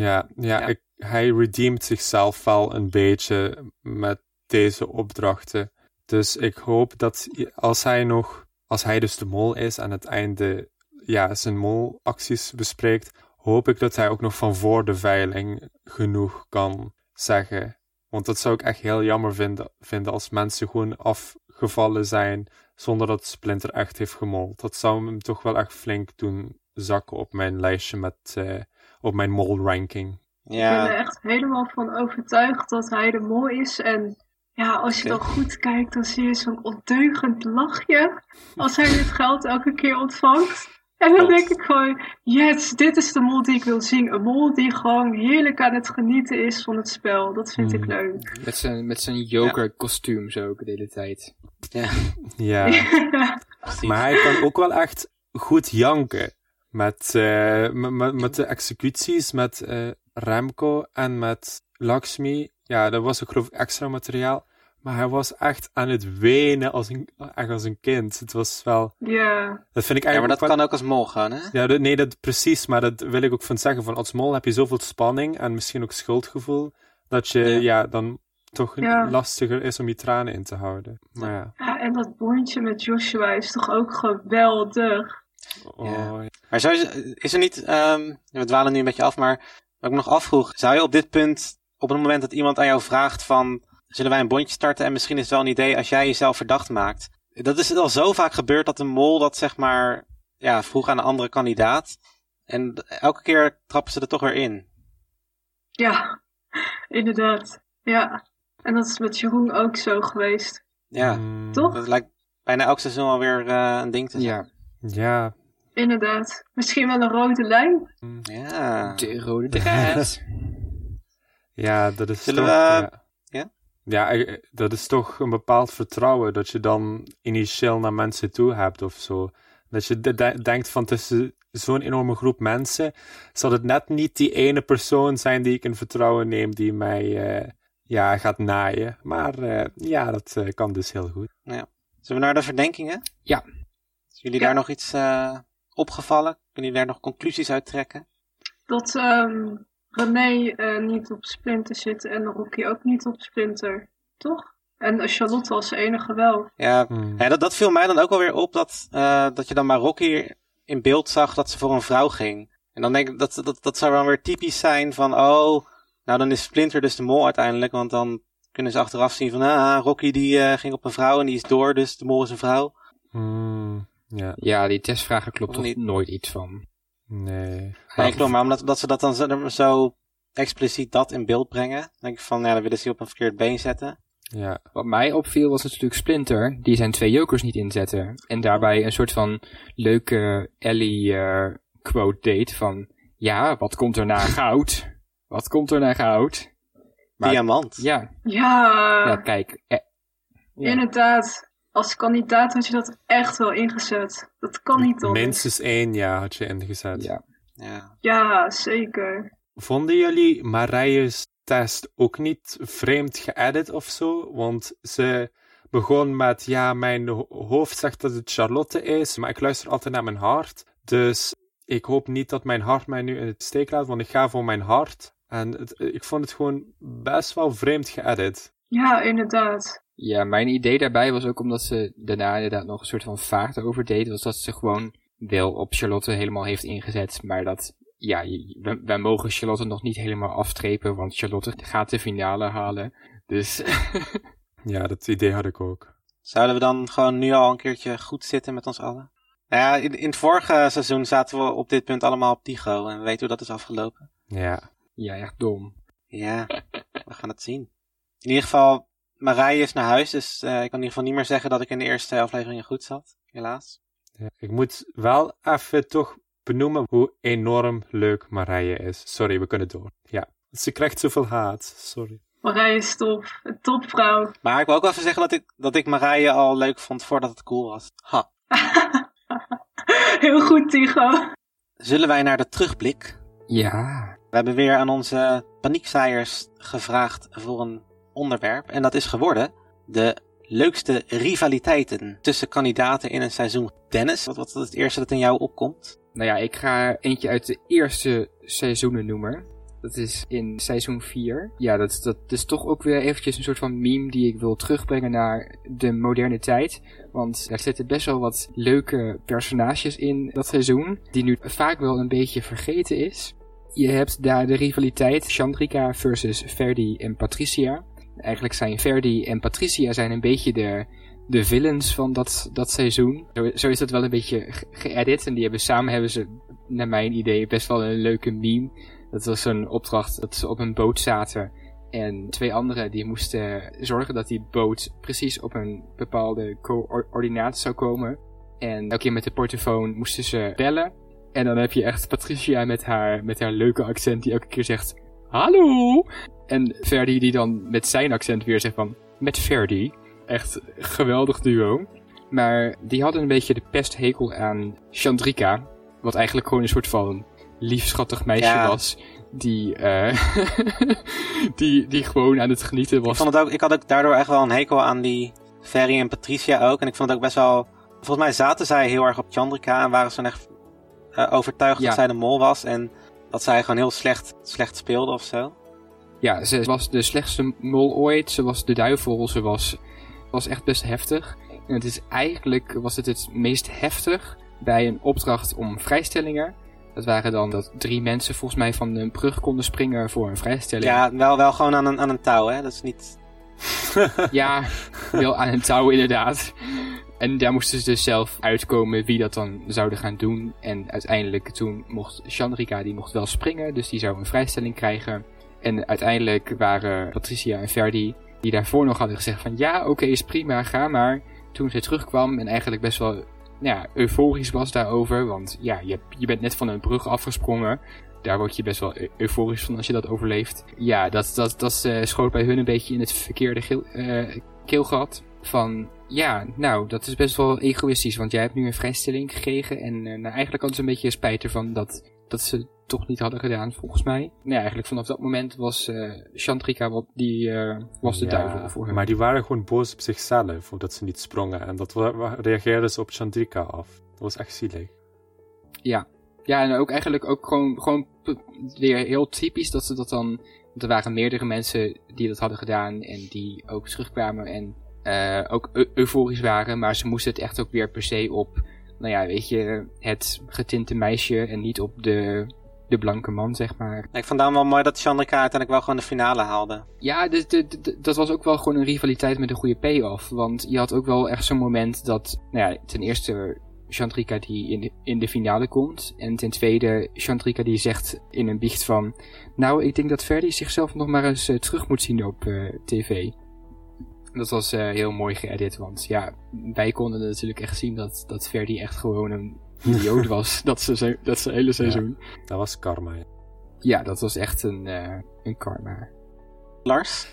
S3: Hij redeemt zichzelf wel een beetje met deze opdrachten. Dus ik hoop dat als hij dus de mol is en aan het einde zijn molacties bespreekt, hoop ik dat hij ook nog van voor de veiling genoeg kan zeggen. Want dat zou ik echt heel jammer vinden als mensen gewoon afgevallen zijn zonder dat Splinter echt heeft gemold. Dat zou hem toch wel echt flink doen zakken op mijn lijstje op mijn mol-ranking. Ja.
S4: Ik ben er echt helemaal van overtuigd dat hij de mol is. En ja, als je dan goed kijkt, dan zie je zo'n ondeugend lachje als hij dit geld elke keer ontvangt. En dan denk ik gewoon, yes, dit is de mol die ik wil zien. Een mol die gewoon heerlijk aan het genieten is van het spel. Dat vind ik leuk.
S1: Met zijn Joker-kostuums ook de hele tijd.
S3: Ja.
S2: Maar hij kan ook wel echt goed janken. Met de executies, met Remco en met Lakshmi. Ja, dat was ook geloof ik extra materiaal. Maar hij was echt aan het wenen als een kind. Het was wel...
S4: Ja.
S2: Dat vind ik eigenlijk.
S3: Ja, maar dat kan ook als mol gaan, hè?
S2: Ja, dat precies. Maar dat wil ik ook van zeggen. Van als mol heb je zoveel spanning en misschien ook schuldgevoel. Dat je dan toch lastiger is om je tranen in te houden. Maar
S4: ja, en dat bondje met Joshua is toch ook geweldig.
S3: Maar is er niet... we dwalen nu een beetje af, maar wat ik nog afvroeg... Zou je op dit punt, op het moment dat iemand aan jou vraagt van... Zullen wij een bondje starten? En misschien is het wel een idee als jij jezelf verdacht maakt. Dat is al zo vaak gebeurd dat de mol dat zeg maar vroeg aan een andere kandidaat. En elke keer trappen ze er toch weer in.
S4: Ja, inderdaad. Ja. En dat is met Jeroen ook zo geweest.
S3: Ja,
S4: Toch?
S3: dat lijkt bijna elk seizoen alweer een ding te zijn.
S2: Ja.
S4: Inderdaad. Misschien wel een rode lijn.
S3: Ja.
S1: De rode draad.
S2: Ja, dat is
S3: Zullen
S2: toch...
S3: we...
S2: Ja, dat is toch een bepaald vertrouwen dat je dan initieel naar mensen toe hebt of zo. Dat je denkt van tussen zo'n enorme groep mensen zal het net niet die ene persoon zijn die ik in vertrouwen neem die mij gaat naaien. Maar dat kan dus heel goed.
S3: Ja. Zullen we naar de verdenkingen?
S1: Ja.
S3: Is jullie daar nog iets opgevallen? Kunnen jullie daar nog conclusies uit trekken?
S4: Dat René niet op Splinter zit en Rocky ook niet op Splinter. Toch? En Charlotte als enige wel.
S3: Ja, dat viel mij dan ook wel weer op. Dat je dan bij Rocky in beeld zag dat ze voor een vrouw ging. En dan denk ik dat zou dan weer typisch zijn van... Oh, nou dan is Splinter dus de mol uiteindelijk. Want dan kunnen ze achteraf zien van... Rocky die ging op een vrouw en die is door. Dus de mol is een vrouw.
S1: Ja, die testvragen klopt toch
S3: niet.
S1: nooit iets van.
S2: Nee.
S3: Nee, klopt. Maar omdat ze dat dan zo expliciet dat in beeld brengen. Dan denk ik van, dan willen ze die op een verkeerd been zetten.
S2: Ja.
S1: Wat mij opviel was natuurlijk Splinter, die zijn 2 jokers niet inzette. En daarbij een soort van leuke Ellie-quote deed van... Ja, wat komt er na goud? Wat komt er na goud? Maar,
S3: Diamant.
S1: Ja, kijk.
S4: Inderdaad. Als kandidaat had je dat echt wel ingezet. Dat kan niet toch?
S2: Minstens 1 jaar had je ingezet.
S4: Ja, zeker.
S2: Vonden jullie Marije's test ook niet vreemd geëdit of zo? Want ze begon met, mijn hoofd zegt dat het Charlotte is, maar ik luister altijd naar mijn hart. Dus ik hoop niet dat mijn hart mij nu in het steek laat, want ik ga voor mijn hart. En ik vond het gewoon best wel vreemd geëdit.
S4: Ja, inderdaad.
S1: Ja, mijn idee daarbij was ook omdat ze daarna inderdaad nog een soort van vaart erover deed, was dat ze gewoon wel op Charlotte helemaal heeft ingezet, maar dat... Ja, wij mogen Charlotte nog niet helemaal aftrepen, want Charlotte gaat de finale halen. Dus...
S2: Ja, dat idee had ik ook.
S3: Zouden we dan gewoon nu al een keertje goed zitten met ons allen? Nou ja, in het vorige seizoen zaten we op dit punt allemaal op Tigo. En we weten hoe dat is afgelopen.
S2: Ja.
S1: Ja, echt dom.
S3: Ja, we gaan het zien. In ieder geval, Marije is naar huis. Dus ik kan in ieder geval niet meer zeggen dat ik in de eerste afleveringen goed zat. Helaas.
S2: Ja, ik moet wel even toch benoemen hoe enorm leuk Marije is. Sorry, we kunnen door. Ja, ze krijgt zoveel haat. Sorry.
S4: Marije is top. Een topvrouw.
S3: Maar ik wil ook wel even zeggen dat ik Marije al leuk vond voordat het cool was. Ha.
S4: Heel goed, Tigo.
S3: Zullen wij naar de terugblik?
S1: Ja.
S3: We hebben weer aan onze paniekzaaiers gevraagd voor een onderwerp. En dat is geworden de leukste rivaliteiten tussen kandidaten in een seizoen. Dennis, wat is het eerste dat in jou opkomt?
S1: Nou ja, ik ga eentje uit de eerste seizoenen noemen. Dat is in seizoen 4. Ja, dat is toch ook weer eventjes een soort van meme die ik wil terugbrengen naar de moderne tijd. Want daar zitten best wel wat leuke personages in dat seizoen, die nu vaak wel een beetje vergeten is. Je hebt daar de rivaliteit Chandrika versus Ferdi en Patricia. Eigenlijk zijn Ferdi en Patricia zijn een beetje de villains van dat seizoen. Zo is dat wel een beetje geëdit. En samen hebben ze, naar mijn idee, best wel een leuke meme. Dat was een opdracht dat ze op een boot zaten. En 2 anderen die moesten zorgen dat die boot precies op een bepaalde coördinaat zou komen. En elke keer met de portofoon moesten ze bellen. En dan heb je echt Patricia met haar leuke accent die elke keer zegt... Hallo! En Ferdi die dan met zijn accent weer zegt van... Met Ferdi. Echt geweldig duo. Maar die hadden een beetje de pesthekel aan Chandrika. Wat eigenlijk gewoon een soort van lief schattig meisje was. Die gewoon aan het genieten was.
S3: Ik had ook daardoor echt wel een hekel aan die Ferry en Patricia ook. En ik vond het ook best wel... Volgens mij zaten zij heel erg op Chandrika. En waren ze dan echt overtuigd dat zij de mol was. En dat zij gewoon heel slecht speelde of zo.
S1: Ja, ze was de slechtste mol ooit. Ze was de duivel. Ze was echt best heftig. En was het meest heftig bij een opdracht om vrijstellingen. Dat waren dan dat 3 mensen volgens mij van een brug konden springen voor een vrijstelling.
S3: Ja, wel gewoon aan een touw, hè? Dat is niet...
S1: Ja, wel aan een touw inderdaad. En daar moesten ze dus zelf uitkomen wie dat dan zouden gaan doen. En uiteindelijk toen mocht Chandrika, die mocht wel springen, dus die zou een vrijstelling krijgen. En uiteindelijk waren Patricia en Ferdy, die daarvoor nog hadden gezegd van ja, oké, is prima, ga maar. Toen zij terugkwam en eigenlijk best wel euforisch was daarover. Want ja, je bent net van een brug afgesprongen. Daar word je best wel euforisch van als je dat overleeft. Ja, dat schoot bij hun een beetje in het verkeerde keelgat. Van ja, nou, dat is best wel egoïstisch. Want jij hebt nu een vrijstelling gekregen. En eigenlijk hadden ze een beetje spijt ervan dat ze toch niet hadden gedaan, volgens mij. Nee, eigenlijk vanaf dat moment was Chandrika was de duivel voor hem.
S2: Maar die waren gewoon boos op zichzelf, omdat ze niet sprongen. En dat reageerden ze op Chandrika af. Dat was echt zielig.
S1: Ja, en ook eigenlijk ook gewoon weer heel typisch dat ze dat dan... Er waren meerdere mensen die dat hadden gedaan en die ook terugkwamen en ook euforisch waren. Maar ze moesten het echt ook weer per se op, nou ja, weet je, het getinte meisje en niet op de blanke man, zeg maar.
S3: Ik vond daarom wel mooi dat Chandrika uiteindelijk wel gewoon de finale haalde.
S1: Ja, dat was ook wel gewoon een rivaliteit met een goede payoff. Want je had ook wel echt zo'n moment dat, nou ja, ten eerste Chandrika die in de finale komt. En ten tweede Chandrika die zegt in een biecht van, nou, ik denk dat Ferdy zichzelf nog maar eens terug moet zien op tv. Dat was heel mooi geëdit, want ja, wij konden natuurlijk echt zien dat Ferdy echt gewoon een idioot was. dat hele seizoen.
S2: Ja, dat was karma.
S1: Ja, dat was echt een karma.
S3: Lars?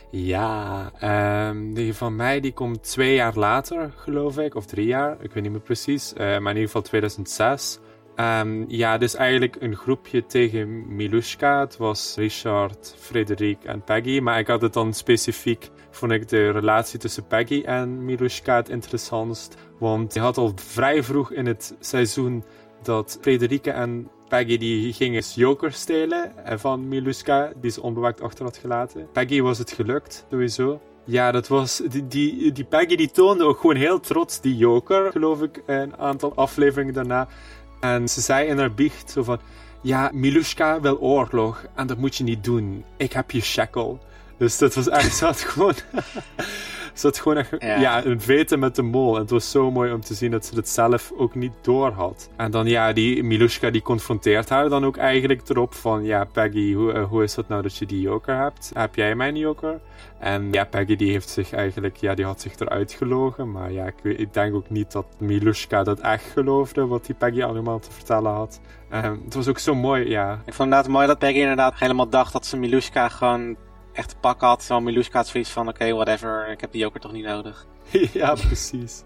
S2: Ja, die van mij die komt 2 jaar later, geloof ik. Of 3 jaar, ik weet niet meer precies. Maar in ieder geval 2006. Ja, dus eigenlijk een groepje tegen Milushka. Het was Richard, Frederik en Peggy. Maar ik had het dan specifiek, vond ik de relatie tussen Peggy en Milushka het interessantst. Want je had al vrij vroeg in het seizoen dat Frederike en Peggy die gingen joker stelen van Milushka, die ze onbewaakt achter had gelaten. Peggy was het gelukt, sowieso. Ja, dat was... Die Peggy die toonde ook gewoon heel trots die joker, geloof ik, een aantal afleveringen daarna. En ze zei in haar biecht zo van, ja, Milushka wil oorlog en dat moet je niet doen. Ik heb je shekel. Dus dat was echt, ze had gewoon echt een vete met de mol. En het was zo mooi om te zien dat ze het zelf ook niet door had. En dan ja, die Milushka die confronteert haar dan ook eigenlijk erop van, ja, Peggy, hoe is het nou dat je die joker hebt? Heb jij mijn joker? En ja, Peggy die heeft zich eigenlijk, ja, die had zich eruit gelogen. Maar ja, ik denk ook niet dat Milushka dat echt geloofde, wat die Peggy allemaal te vertellen had. Het was ook zo mooi, ja.
S3: Ik vond inderdaad mooi dat Peggy inderdaad helemaal dacht dat ze Milushka gewoon echt te pakken had. Terwijl Milushka had zoiets van, oké, whatever, ik heb die joker toch niet nodig.
S2: Ja, precies.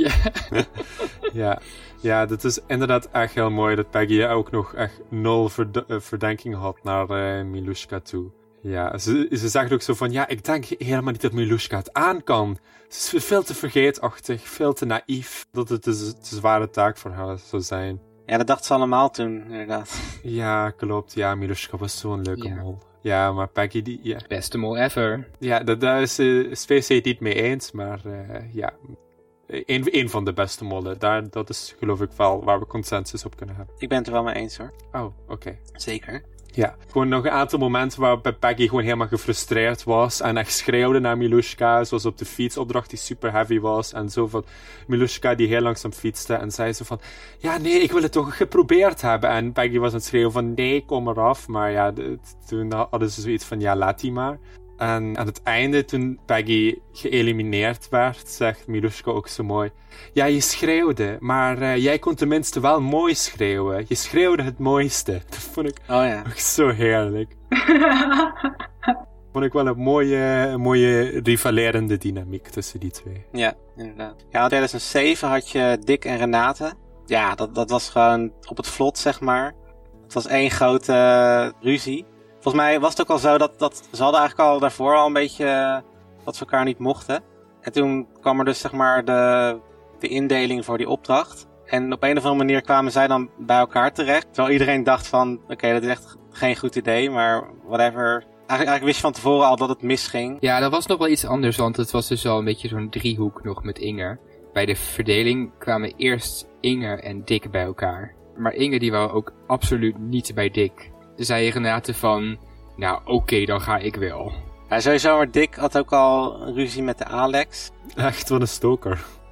S2: Ja, dat is inderdaad echt heel mooi dat Peggy ook nog echt 0 verdenking had naar Milushka toe. Ja, ze zegt ook zo van, ja, ik denk helemaal niet dat Milushka het aan kan. Ze is veel te vergeetachtig, veel te naïef, dat het een zware taak voor haar zou zijn.
S3: Ja, dat dachten ze allemaal toen, inderdaad.
S2: Ja, klopt. Ja, Milushka was zo'n leuke mol. Ja, maar Peggy die... Ja.
S1: Beste mol ever.
S2: Ja, daar is SVC het niet mee eens, maar ja... Een van de beste mollen. Dat is geloof ik wel waar we consensus op kunnen hebben.
S3: Ik ben het er wel mee eens hoor.
S2: Oh, oké.
S3: Zeker.
S2: Ja, gewoon nog een aantal momenten waarop Peggy gewoon helemaal gefrustreerd was en echt schreeuwde naar Milushka, zoals op de fietsopdracht die super heavy was en zo van Milushka die heel langzaam fietste en zei zo van, ja nee, ik wil het toch geprobeerd hebben. En Peggy was aan het schreeuwen van, nee, kom eraf. Maar ja, toen hadden ze zoiets van, ja, laat die maar. En aan het einde, toen Peggy geëlimineerd werd, zegt Milushka ook zo mooi, ja, je schreeuwde, maar jij kon tenminste wel mooi schreeuwen. Je schreeuwde het mooiste. Dat vond ik ook zo heerlijk. Vond ik wel een mooie rivalerende dynamiek tussen die twee.
S3: Ja, inderdaad. Ja, in 2007 had je Dick en Renate. Ja, dat was gewoon op het vlot, zeg maar. Het was één grote ruzie. Volgens mij was het ook al zo dat ze hadden eigenlijk al daarvoor al een beetje dat ze elkaar niet mochten. En toen kwam er dus zeg maar de indeling voor die opdracht. En op een of andere manier kwamen zij dan bij elkaar terecht. Terwijl iedereen dacht van, oké, dat is echt geen goed idee, maar whatever. Eigenlijk wist je van tevoren al dat het misging.
S1: Ja, dat was nog wel iets anders, want het was dus al een beetje zo'n driehoek nog met Inge. Bij de verdeling kwamen eerst Inge en Dick bij elkaar. Maar Inge die wou ook absoluut niet bij Dick. Zei Renate van, nou oké, dan ga ik wel.
S3: Ja, sowieso, maar Dick had ook al ruzie met de Alex.
S2: Echt, wat een stoker.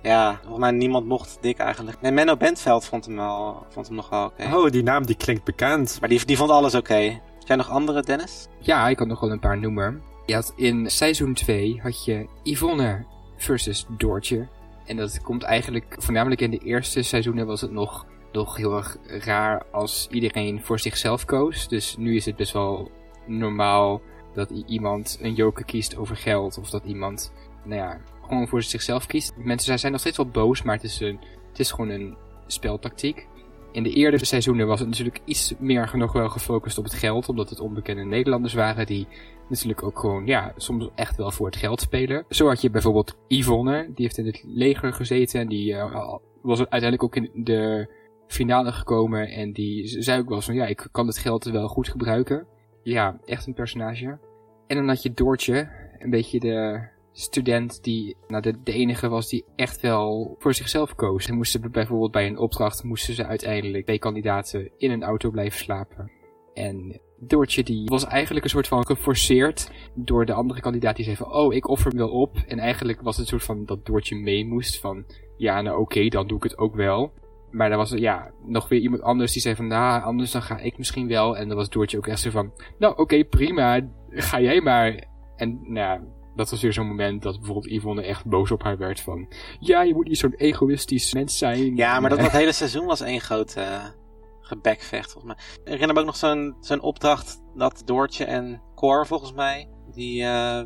S3: Ja, volgens mij niemand mocht Dick eigenlijk. Nee, Menno Bentveld vond hem nog wel oké.
S2: Oh, die naam die klinkt bekend.
S3: Maar die vond alles oké. Zijn er nog andere, Dennis?
S1: Ja, ik kan nog wel een paar noemen. Je had in seizoen 2 had je Yvonne versus Doortje. En dat komt eigenlijk, voornamelijk in de eerste seizoenen was het nog heel erg raar als iedereen voor zichzelf koos. Dus nu is het best wel normaal dat iemand een joker kiest over geld. Of dat iemand, gewoon voor zichzelf kiest. Mensen zijn nog steeds wel boos, maar het is gewoon een speltactiek. In de eerdere seizoenen was het natuurlijk iets meer nog wel gefocust op het geld. Omdat het onbekende Nederlanders waren die natuurlijk ook gewoon, soms echt wel voor het geld spelen. Zo had je bijvoorbeeld Yvonne, die heeft in het leger gezeten. En die was uiteindelijk ook in de finale gekomen. En die zei ook wel van, ik kan het geld wel goed gebruiken. Ja, echt een personage. En dan had je Doortje, een beetje de student die de enige was die echt wel voor zichzelf koos. En moesten bijvoorbeeld bij een opdracht uiteindelijk 2 kandidaten in een auto blijven slapen. En Doortje die was eigenlijk een soort van geforceerd door de andere kandidaat die zei van, ik offer me wel op. En eigenlijk was het een soort van dat Doortje mee moest van, oké, dan doe ik het ook wel. Maar er was nog weer iemand anders die zei van, anders dan ga ik misschien wel. En dan was Doortje ook echt zo van, oké, prima, ga jij maar. En dat was weer zo'n moment dat bijvoorbeeld Yvonne echt boos op haar werd van, je moet niet zo'n egoïstisch mens zijn.
S3: Ja, maar dat hele seizoen was één groot gebekvecht volgens mij. Ik herinner me ook nog zo'n opdracht dat Doortje en Cor volgens mij, die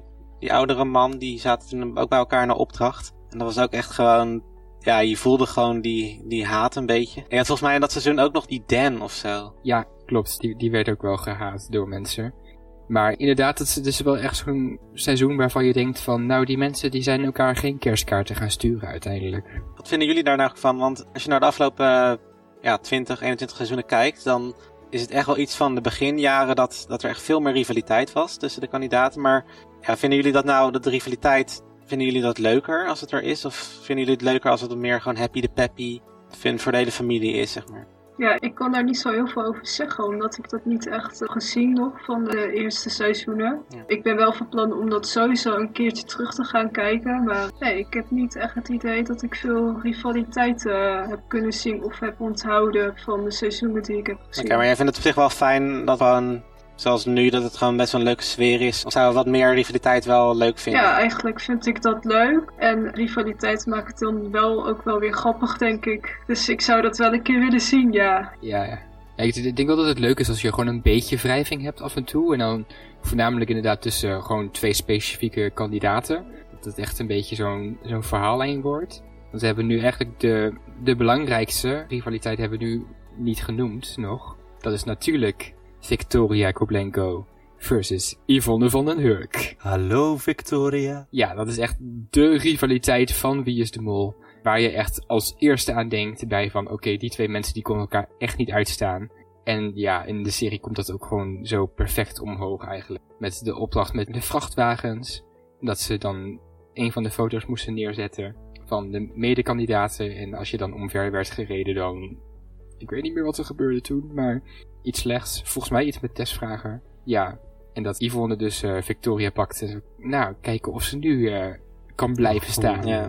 S3: oudere man, die zaten toen ook bij elkaar in een opdracht. En dat was ook echt gewoon, je voelde gewoon die haat een beetje. En je had volgens mij in dat seizoen ook nog die Dan of zo.
S1: Ja, klopt. Die werd ook wel gehaat door mensen. Maar inderdaad, het is wel echt zo'n seizoen waarvan je denkt van, die mensen die zijn elkaar geen kerstkaarten gaan sturen uiteindelijk.
S3: Wat vinden jullie daar nou van? Want als je naar de afgelopen 20, 21 seizoenen kijkt, dan is het echt wel iets van de beginjaren dat er echt veel meer rivaliteit was tussen de kandidaten. Maar vinden jullie dat nou, de rivaliteit, vinden jullie dat leuker als het er is? Of vinden jullie het leuker als het meer gewoon happy de peppy voor de hele familie is, zeg maar?
S4: Ja, ik kan daar niet zo heel veel over zeggen, omdat ik dat niet echt gezien nog van de eerste seizoenen. Ja. Ik ben wel van plan om dat sowieso een keertje terug te gaan kijken, maar nee, ik heb niet echt het idee dat ik veel rivaliteit heb kunnen zien of heb onthouden van de seizoenen die ik heb gezien.
S3: Oké, maar jij vindt het op zich wel fijn dat gewoon, zoals nu, dat het gewoon best wel een leuke sfeer is? Of zou je wat meer rivaliteit wel leuk vinden?
S4: Ja, eigenlijk vind ik dat leuk. En rivaliteit maakt het dan wel ook wel weer grappig, denk ik. Dus ik zou dat wel een keer willen zien, ja.
S1: Ja, ik denk wel dat het leuk is als je gewoon een beetje wrijving hebt af en toe. En dan voornamelijk inderdaad tussen gewoon 2 specifieke kandidaten. Dat het echt een beetje zo'n verhaallijn wordt. Want we hebben nu eigenlijk de belangrijkste rivaliteit hebben we nu niet genoemd nog. Dat is natuurlijk Victoria Koblenko versus Yvonne van den Hurk.
S2: Hallo Victoria.
S1: Ja, dat is echt de rivaliteit van Wie is de Mol. Waar je echt als eerste aan denkt bij van, oké, die 2 mensen die konden elkaar echt niet uitstaan. En in de serie komt dat ook gewoon zo perfect omhoog eigenlijk. Met de opdracht met de vrachtwagens. Dat ze dan een van de foto's moesten neerzetten van de medekandidaten. En als je dan omver werd gereden dan, ik weet niet meer wat er gebeurde toen, maar iets slechts. Volgens mij iets met testvragen. Ja, en dat Yvonne dus Victoria pakte. Kijken of ze nu kan blijven staan.
S3: Ja.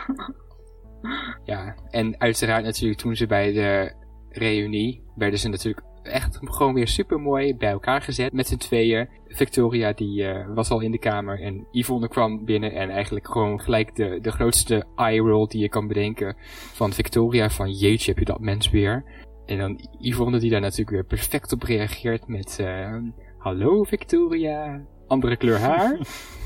S1: Ja, en uiteraard natuurlijk toen ze bij de reunie werden ze natuurlijk echt gewoon weer super mooi bij elkaar gezet met z'n tweeën. Victoria die was al in de kamer en Yvonne kwam binnen en eigenlijk gewoon gelijk de grootste eye roll die je kan bedenken van Victoria van jeetje heb je dat mens weer. En dan Yvonne die daar natuurlijk weer perfect op reageert met hallo Victoria, andere kleur haar.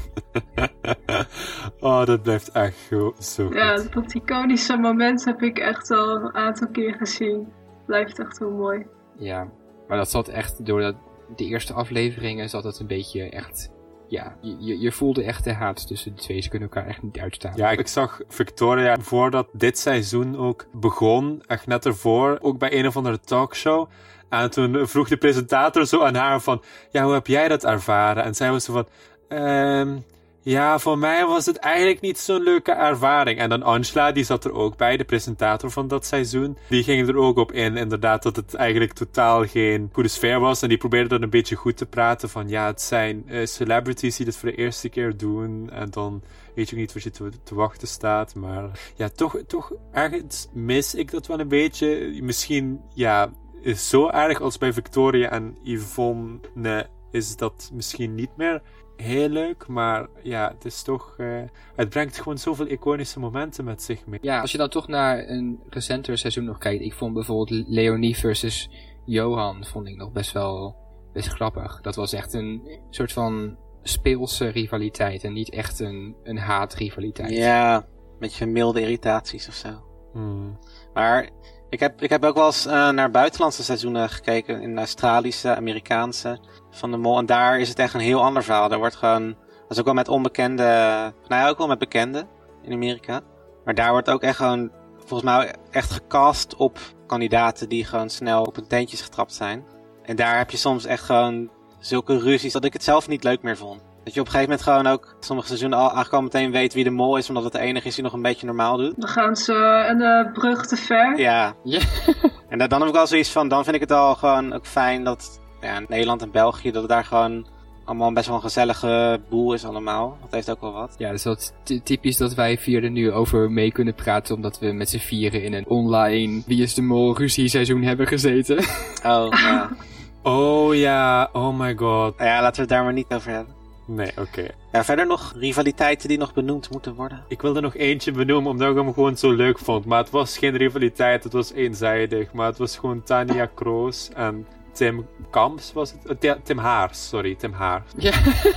S2: Dat blijft echt zo goed.
S4: Ja, dat iconische moment heb ik echt al een aantal keer gezien. Blijft echt heel mooi.
S1: Ja, maar dat zat echt door de eerste afleveringen zat het een beetje echt. Ja, je voelde echt de haat tussen de 2. Ze kunnen elkaar echt niet uitstaan.
S2: Ja, ik zag Victoria voordat dit seizoen ook begon, echt net ervoor, ook bij een of andere talkshow. En toen vroeg de presentator zo aan haar van, hoe heb jij dat ervaren? En zij was zo van, Ja, voor mij was het eigenlijk niet zo'n leuke ervaring. En dan Angela, die zat er ook bij, de presentator van dat seizoen. Die ging er ook op in, inderdaad, dat het eigenlijk totaal geen goede sfeer was. En die probeerde dat een beetje goed te praten. Van ja, het zijn celebrities die dit voor de eerste keer doen. En dan weet je ook niet wat je te wachten staat. Maar ja, toch ergens mis ik dat wel een beetje. Misschien, ja, zo erg als bij Victoria en Yvonne is dat misschien niet meer heel leuk, maar ja, het is toch... het brengt gewoon zoveel iconische momenten met zich mee.
S1: Ja, als je dan toch naar een recenter seizoen nog kijkt, ik vond bijvoorbeeld Leonie versus Johan, vond ik nog best grappig. Dat was echt een soort van speelse rivaliteit en niet echt een haatrivaliteit.
S3: Ja, een beetje milde irritaties of zo. Maar ik heb ook wel eens naar buitenlandse seizoenen gekeken, in Australische, Amerikaanse, van de Mol. En daar is het echt een heel ander verhaal. Daar wordt gewoon, dat is ook wel met onbekende, nou ja, ook wel met bekenden in Amerika. Maar daar wordt ook echt gewoon, volgens mij echt gecast op kandidaten die gewoon snel op hun teentjes getrapt zijn. En daar heb je soms echt gewoon zulke ruzies dat ik het zelf niet leuk meer vond. Dat je op een gegeven moment gewoon ook sommige seizoenen eigenlijk al meteen weet wie de mol is, omdat het de enige is die nog een beetje normaal doet.
S4: Dan gaan ze een brug te ver.
S3: Ja. En dan heb ik wel zoiets van, dan vind ik het al gewoon ook fijn dat Nederland en België, dat het daar gewoon allemaal best wel een gezellige boel is allemaal. Dat heeft ook wel wat.
S1: Ja, dus dat is typisch dat wij vier er nu over mee kunnen praten, omdat we met z'n vieren in een online Wie is de Mol ruzie-seizoen hebben gezeten.
S3: Oh, ja.
S2: Oh ja, oh my god.
S3: Ja, laten we het daar maar niet over hebben.
S2: Nee, oké.
S3: Ja, verder nog rivaliteiten die nog benoemd moeten worden.
S2: Ik wilde nog eentje benoemen, omdat ik hem gewoon zo leuk vond. Maar het was geen rivaliteit, het was eenzijdig. Maar het was gewoon Tania Kroos en Tim Kamps, was het? Tim Haars.
S1: Ja.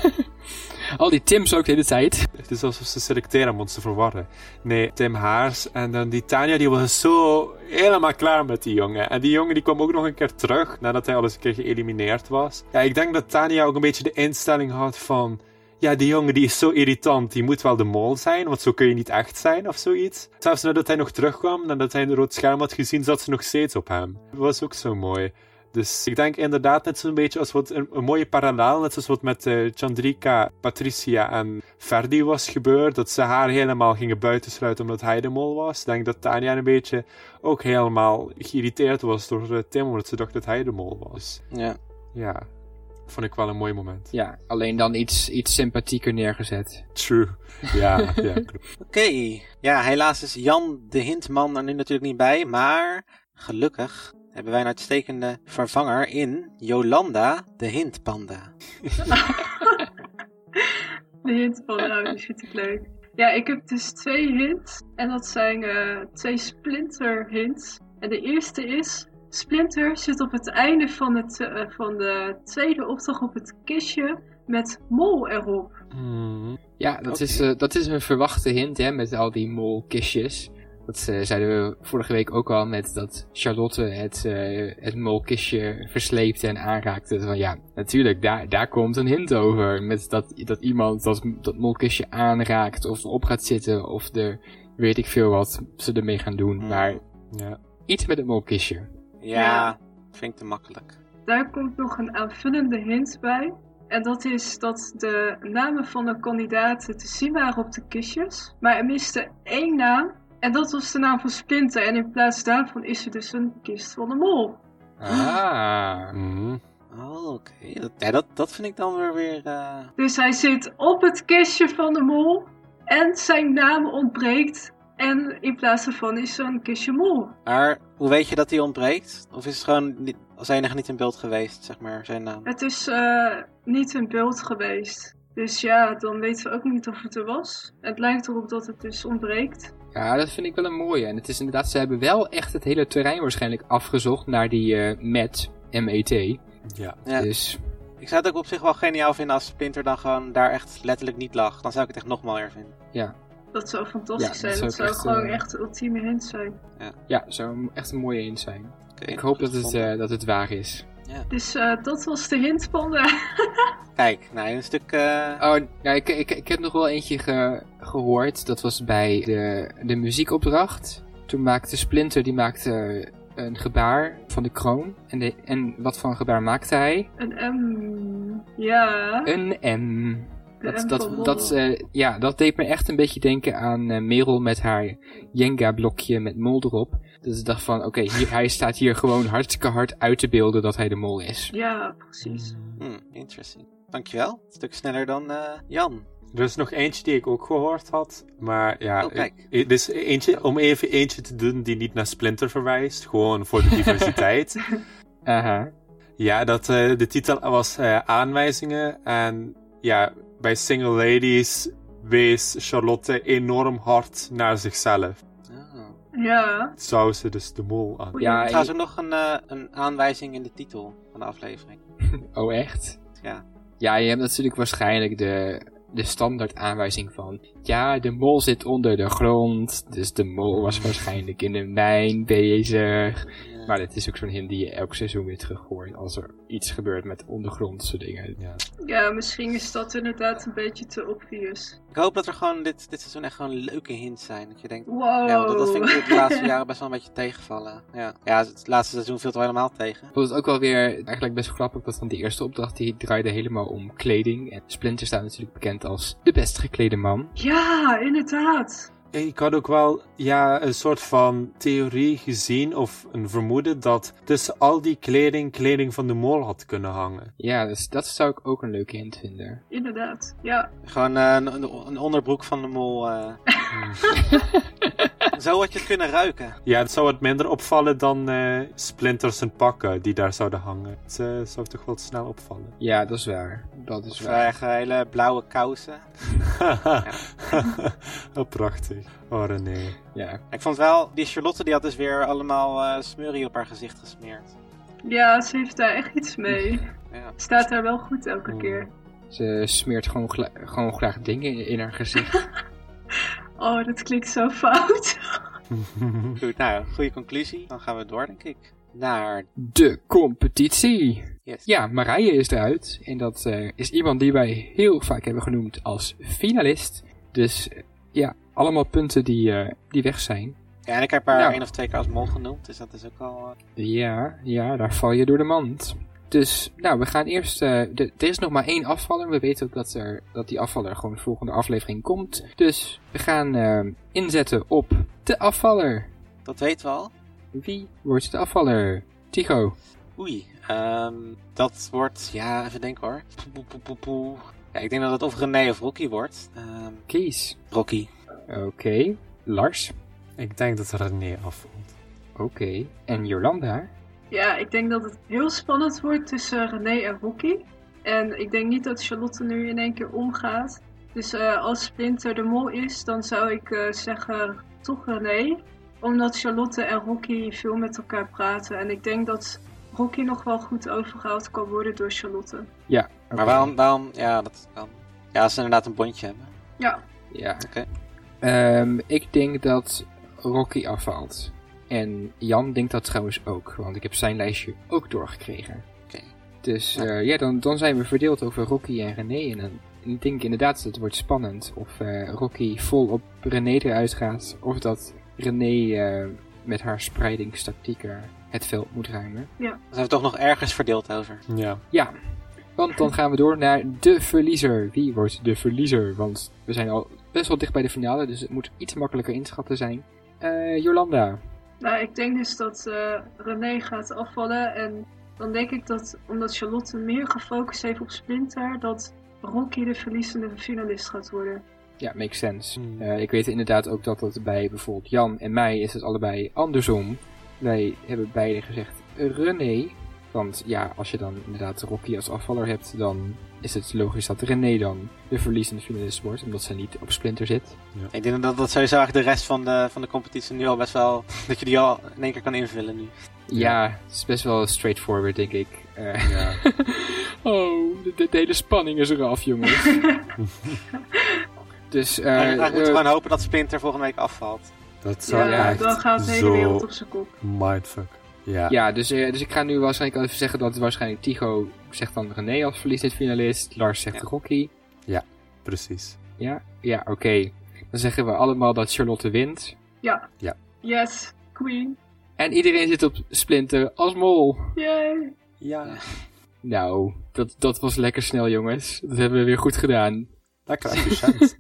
S1: Al die Tims ook de hele tijd.
S2: Het is alsof ze selecteren om ons te verwarren. Nee, Tim Haars. En dan die Tania, die was zo helemaal klaar met die jongen. En die jongen die kwam ook nog een keer terug, nadat hij al eens een keer geëlimineerd was. Ja, ik denk dat Tania ook een beetje de instelling had van... Ja, die jongen die is zo irritant, die moet wel de mol zijn, want zo kun je niet echt zijn of zoiets. Zelfs nadat hij nog terugkwam, nadat hij een rood scherm had gezien, zat ze nog steeds op hem. Dat was ook zo mooi. Dus ik denk inderdaad net zo'n beetje als wat een mooie parallel, net zoals wat met Chandrika, Patricia en Ferdi was gebeurd, dat ze haar helemaal gingen buitensluiten omdat hij de mol was. Ik denk dat Tania een beetje ook helemaal geïrriteerd was door Tim, omdat ze dacht dat hij de mol was.
S3: Ja.
S2: Ja, vond ik wel een mooi moment.
S1: Ja, alleen dan iets sympathieker neergezet.
S2: True. Ja, klopt.
S3: Oké. Ja, helaas is Jan de Hintman er nu natuurlijk niet bij, maar gelukkig hebben wij een uitstekende vervanger in Jolanda de Hintpanda.
S4: De Hintpanda, die vind ik leuk. Ja, ik heb dus 2 hints. En dat zijn 2 Splinter hints. En de eerste is... Splinter zit op het einde van de tweede opdracht op het kistje met mol erop.
S1: Ja, dat is een verwachte hint, hè, met al die molkistjes. Dat zeiden we vorige week ook al, met dat Charlotte het molkistje versleepte en aanraakte. Van ja, natuurlijk, daar komt een hint over. Met dat iemand dat molkistje aanraakt of erop gaat zitten of er weet ik veel wat ze ermee gaan doen. Maar
S2: ja,
S1: iets met het molkistje.
S3: Ja, vind ik te makkelijk.
S4: Daar komt nog een aanvullende hint bij. En dat is dat de namen van de kandidaten te zien waren op de kistjes. Maar er miste 1 naam. En dat was de naam van Splinter. En in plaats daarvan is er dus een kist van de mol.
S3: Oh, oké. Dat vind ik dan weer...
S4: Dus hij zit op het kistje van de mol. En zijn naam ontbreekt. En in plaats daarvan is er een kistje mol.
S3: Maar hoe weet je dat hij ontbreekt? Of is het gewoon als enige niet in beeld geweest, zeg maar, zijn naam?
S4: Het is niet in beeld geweest. Dus ja, dan weten we ook niet of het er was. Het lijkt erop dat het dus ontbreekt.
S1: Ja, dat vind ik wel een mooie. En het is inderdaad, ze hebben wel echt het hele terrein waarschijnlijk afgezocht naar die M-E-T.
S2: Ja.
S3: Dus... Ik zou het ook op zich wel geniaal vinden als Splinter dan gewoon daar echt letterlijk niet lag. Dan zou ik het echt nog mooier vinden.
S1: Ja.
S4: Dat zou fantastisch zijn. Dat zou gewoon echt de ultieme hint zijn.
S1: Ja, zou echt een mooie hint zijn.
S3: Okay,
S1: ik hoop dat het waar is.
S3: Ja.
S4: Dus dat was de hintpanda.
S3: Kijk, nou een stuk...
S1: Oh, ja, ik heb nog wel eentje gehoord. Dat was bij de muziekopdracht. Toen maakte Splinter, die maakte een gebaar van de kroon. En wat voor een gebaar maakte hij?
S4: Een M. Ja.
S1: Een M. Dat deed me echt een beetje denken aan Merel met haar Jenga-blokje met mol erop. Dus ik dacht van, oké, hij staat hier gewoon hartstikke hard uit te beelden dat hij de mol is.
S4: Ja, precies.
S3: Interesting. Dankjewel. Een stuk sneller dan Jan.
S2: Er is nog eentje die ik ook gehoord had. Maar ja,
S3: kijk.
S2: Dus eentje, om even eentje te doen die niet naar Splinter verwijst. Gewoon voor de diversiteit.
S1: Aha.
S2: Ja, de titel was aanwijzingen. En ja, bij Single Ladies wees Charlotte enorm hard naar zichzelf.
S4: Ja.
S2: Zou ze dus de mol aan.
S1: Ja,
S3: Trouwens ook nog een aanwijzing in de titel van de aflevering.
S1: Oh, echt?
S3: Ja.
S1: Ja, je hebt natuurlijk waarschijnlijk de standaard aanwijzing van... Ja, de mol zit onder de grond. Dus de mol was waarschijnlijk in een mijn bezig. Maar het is ook zo'n hint die je elk seizoen weer terug hoort. Als er iets gebeurt met ondergrondse dingen.
S4: Ja, misschien is dat inderdaad een beetje te obvious.
S3: Ik hoop dat er gewoon dit seizoen echt gewoon leuke hints zijn. Dat je denkt,
S4: Wow.
S3: ja, want dat vind ik de laatste jaren best wel een beetje tegenvallen. Ja, het laatste seizoen viel het wel helemaal tegen.
S1: Ik vond het ook wel weer eigenlijk best grappig dat van die eerste opdracht die draaide helemaal om kleding. En Splinter staat natuurlijk bekend als de best geklede man.
S4: Ja, inderdaad.
S2: Ik had ook wel een soort van theorie gezien of een vermoeden dat tussen al die kleding van de mol had kunnen hangen.
S1: Ja, dus dat zou ik ook een leuke hint vinden.
S4: Inderdaad, ja.
S3: Gewoon een onderbroek van de mol. Zo had je het kunnen ruiken.
S2: Ja, het zou wat minder opvallen dan Splinter zijn pakken die daar zouden hangen. Het zou toch wel snel opvallen.
S1: Ja, dat is waar. Dat is
S3: Of
S1: waar.
S3: hele blauwe kousen.
S2: Oh, prachtig. Oh, René.
S1: Ja.
S3: Ik vond wel, die Charlotte die had dus weer allemaal smurrie op haar gezicht gesmeerd.
S4: Ja, ze heeft daar echt iets mee.
S3: Ja.
S4: Staat daar wel goed elke keer.
S1: Ze smeert gewoon graag dingen in haar gezicht.
S4: Oh, dat klinkt zo fout.
S3: Goed, nou, goede conclusie. Dan gaan we door, denk ik. Naar...
S1: De competitie.
S3: Yes.
S1: Ja, Marije is eruit. En dat is iemand die wij heel vaak hebben genoemd als finalist. Dus ja, allemaal punten die weg zijn.
S3: Ja, en ik heb haar 1 of 2 keer als mol genoemd, dus dat is ook al...
S1: Ja, daar val je door de mand. Dus, nou, we gaan eerst... er is nog maar 1 afvaller. We weten ook dat die afvaller gewoon de volgende aflevering komt. Dus we gaan inzetten op de afvaller.
S3: Dat weten we al.
S1: Wie wordt de afvaller? Tycho.
S3: Oei, dat wordt... Ja, even denken hoor. Poe. Ja, ik denk dat het of René of Rocky wordt.
S1: Kies.
S3: Rocky.
S1: Oké. Lars.
S2: Ik denk dat René afvalt.
S1: Oké. En Jolanda?
S4: Ja, ik denk dat het heel spannend wordt tussen René en Rocky. En ik denk niet dat Charlotte nu in één keer omgaat. Dus als Splinter de mol is, dan zou ik zeggen toch René. Omdat Charlotte en Rocky veel met elkaar praten. En ik denk dat Rocky nog wel goed overgehaald kan worden door Charlotte.
S1: Ja.
S3: Maar waarom? Ja, dat kan. Ja, als ze inderdaad een bondje hebben.
S4: Ja.
S1: Ja.
S3: Oké.
S1: Ik denk dat Rocky afvalt. En Jan denkt dat trouwens ook. Want ik heb zijn lijstje ook doorgekregen.
S3: Oké.
S1: Dus dan zijn we verdeeld over Rocky en René. En dan ik denk inderdaad dat het wordt spannend. Of Rocky vol op René eruit gaat. Of dat René met haar spreidingstactieken het veld moet ruimen.
S4: Ja.
S3: Dan zijn we toch nog ergens verdeeld over.
S2: Ja.
S1: Ja. Want dan gaan we door naar de verliezer. Wie wordt de verliezer? Want we zijn al best wel dicht bij de finale. Dus het moet iets makkelijker inschatten zijn. Jolanda.
S4: Nou, ik denk dus dat René gaat afvallen. En dan denk ik dat, omdat Charlotte meer gefocust heeft op Splinter, dat Rocky de verliezende finalist gaat worden.
S1: Ja, makes sense. Ik weet inderdaad ook dat het bij bijvoorbeeld Jan en mij is het allebei andersom. Wij hebben beide gezegd René. Want ja, als je dan inderdaad Rocky als afvaller hebt, dan is het logisch dat René dan de verliezende finalist wordt, omdat ze niet op Splinter zit.
S2: Ja.
S3: Ik denk dat zo eigenlijk de rest van de competitie nu al best wel... dat je die al in één keer kan invullen nu.
S1: Ja, het is best wel straightforward, denk ik.
S2: Ja.
S1: Oh, de hele spanning is eraf, jongens. Dus,
S3: Eigenlijk moeten we gewoon hopen dat Splinter volgende week afvalt.
S2: Dat zou echt
S4: dan gaat de hele wereld op zijn kop.
S2: mindfuck. Ja.
S1: Ja, dus ik ga nu waarschijnlijk al even zeggen dat waarschijnlijk Tycho zegt dan René als verliezend finalist. Lars zegt Rocky.
S2: Ja, precies.
S1: Ja, oké. Dan zeggen we allemaal dat Charlotte wint.
S4: Ja.
S2: Ja.
S4: Yes, Queen.
S1: En iedereen zit op Splinter als mol.
S4: Yay.
S2: Ja.
S1: Nou, dat was lekker snel, jongens. Dat hebben we weer goed gedaan.
S2: Lekker efficiënt.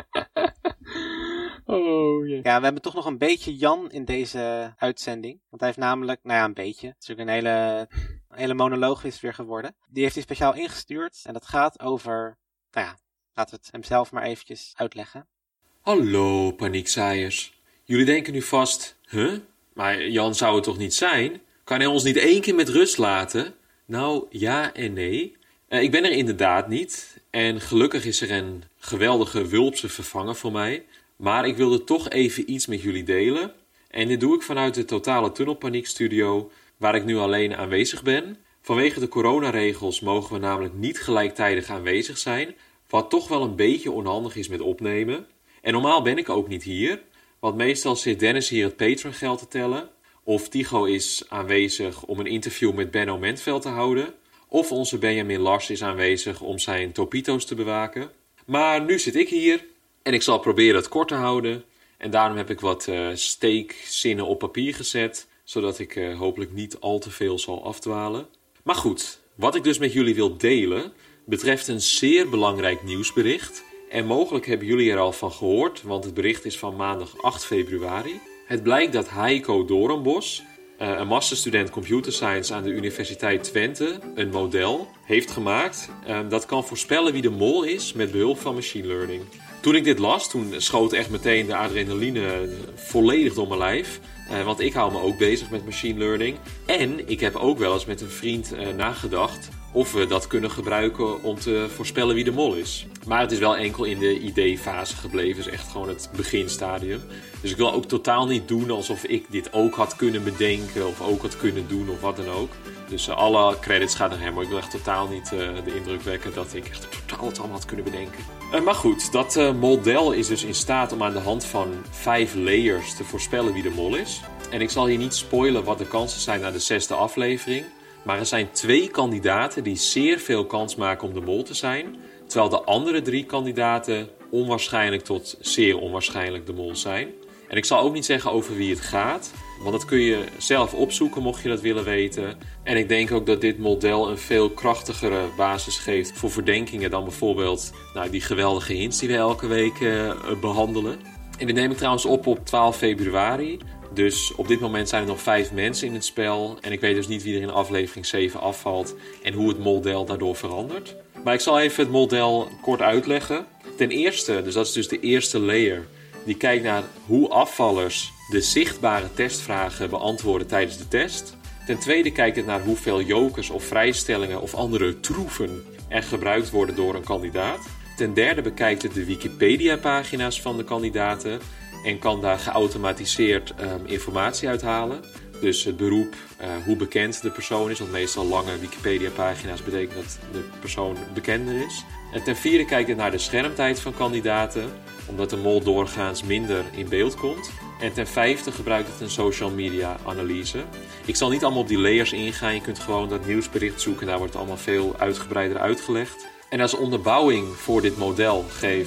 S1: Oh, jee.
S3: Ja, we hebben toch nog een beetje Jan in deze uitzending. Want hij heeft namelijk, een beetje. Het is natuurlijk een hele monoloog is het weer geworden. Die heeft hij speciaal ingestuurd. En dat gaat over, laten we het hem zelf maar eventjes uitleggen.
S5: Hallo, paniekzaaiers. Jullie denken nu vast, maar Jan zou het toch niet zijn? Kan hij ons niet 1 keer met rust laten? Nou, ja en nee. Ik ben er inderdaad niet. En gelukkig is er een geweldige wulpse vervanger voor mij. Maar ik wilde toch even iets met jullie delen. En dit doe ik vanuit de Totale Tunnelpaniekstudio, waar ik nu alleen aanwezig ben. Vanwege de coronaregels mogen we namelijk niet gelijktijdig aanwezig zijn, wat toch wel een beetje onhandig is met opnemen. En normaal ben ik ook niet hier, want meestal zit Dennis hier het Patreon-geld te tellen, of Tycho is aanwezig om een interview met Benno Mentveld te houden, of onze Benjamin Lars is aanwezig om zijn topito's te bewaken. Maar nu zit ik hier en ik zal proberen het kort te houden. En daarom heb ik wat steekzinnen op papier gezet, zodat ik hopelijk niet al te veel zal afdwalen. Maar goed, wat ik dus met jullie wil delen, betreft een zeer belangrijk nieuwsbericht. En mogelijk hebben jullie er al van gehoord, want het bericht is van maandag 8 februari. Het blijkt dat Heiko Doornbos, een masterstudent Computer Science aan de Universiteit Twente, een model heeft gemaakt dat kan voorspellen wie de mol is met behulp van machine learning. Toen ik dit las, toen schoot echt meteen de adrenaline volledig door mijn lijf. Want ik hou me ook bezig met machine learning. En ik heb ook wel eens met een vriend nagedacht of we dat kunnen gebruiken om te voorspellen wie de mol is. Maar het is wel enkel in de ideefase gebleven. Het is echt gewoon het beginstadium. Dus ik wil ook totaal niet doen alsof ik dit ook had kunnen bedenken of ook had kunnen doen of wat dan ook. Dus alle credits gaan naar hem. Maar ik wil echt totaal niet de indruk wekken dat ik echt totaal het allemaal had kunnen bedenken. Maar goed, dat model is dus in staat om aan de hand van 5 layers te voorspellen wie de mol is. En ik zal hier niet spoilen wat de kansen zijn naar de 6e aflevering. Maar er zijn 2 kandidaten die zeer veel kans maken om de mol te zijn. Terwijl de andere 3 kandidaten onwaarschijnlijk tot zeer onwaarschijnlijk de mol zijn. En ik zal ook niet zeggen over wie het gaat, want dat kun je zelf opzoeken mocht je dat willen weten. En ik denk ook dat dit model een veel krachtigere basis geeft voor verdenkingen dan bijvoorbeeld die geweldige hints die we elke week behandelen. En dit neem ik trouwens op 12 februari. Dus op dit moment zijn er nog 5 mensen in het spel. En ik weet dus niet wie er in aflevering 7 afvalt en hoe het model daardoor verandert. Maar ik zal even het model kort uitleggen. Ten eerste, dus dat is dus de eerste layer, die kijkt naar hoe afvallers de zichtbare testvragen beantwoorden tijdens de test. Ten tweede kijkt het naar hoeveel jokers of vrijstellingen of andere troeven er gebruikt worden door een kandidaat. Ten derde bekijkt het de Wikipedia-pagina's van de kandidaten en kan daar geautomatiseerd informatie uithalen. Dus het beroep, hoe bekend de persoon is, want meestal lange Wikipedia-pagina's betekent dat de persoon bekender is. En ten vierde kijkt het naar de schermtijd van kandidaten, omdat de mol doorgaans minder in beeld komt. En ten vijfde gebruikt het een social media analyse. Ik zal niet allemaal op die layers ingaan, je kunt gewoon dat nieuwsbericht zoeken, daar wordt het allemaal veel uitgebreider uitgelegd. En als onderbouwing voor dit model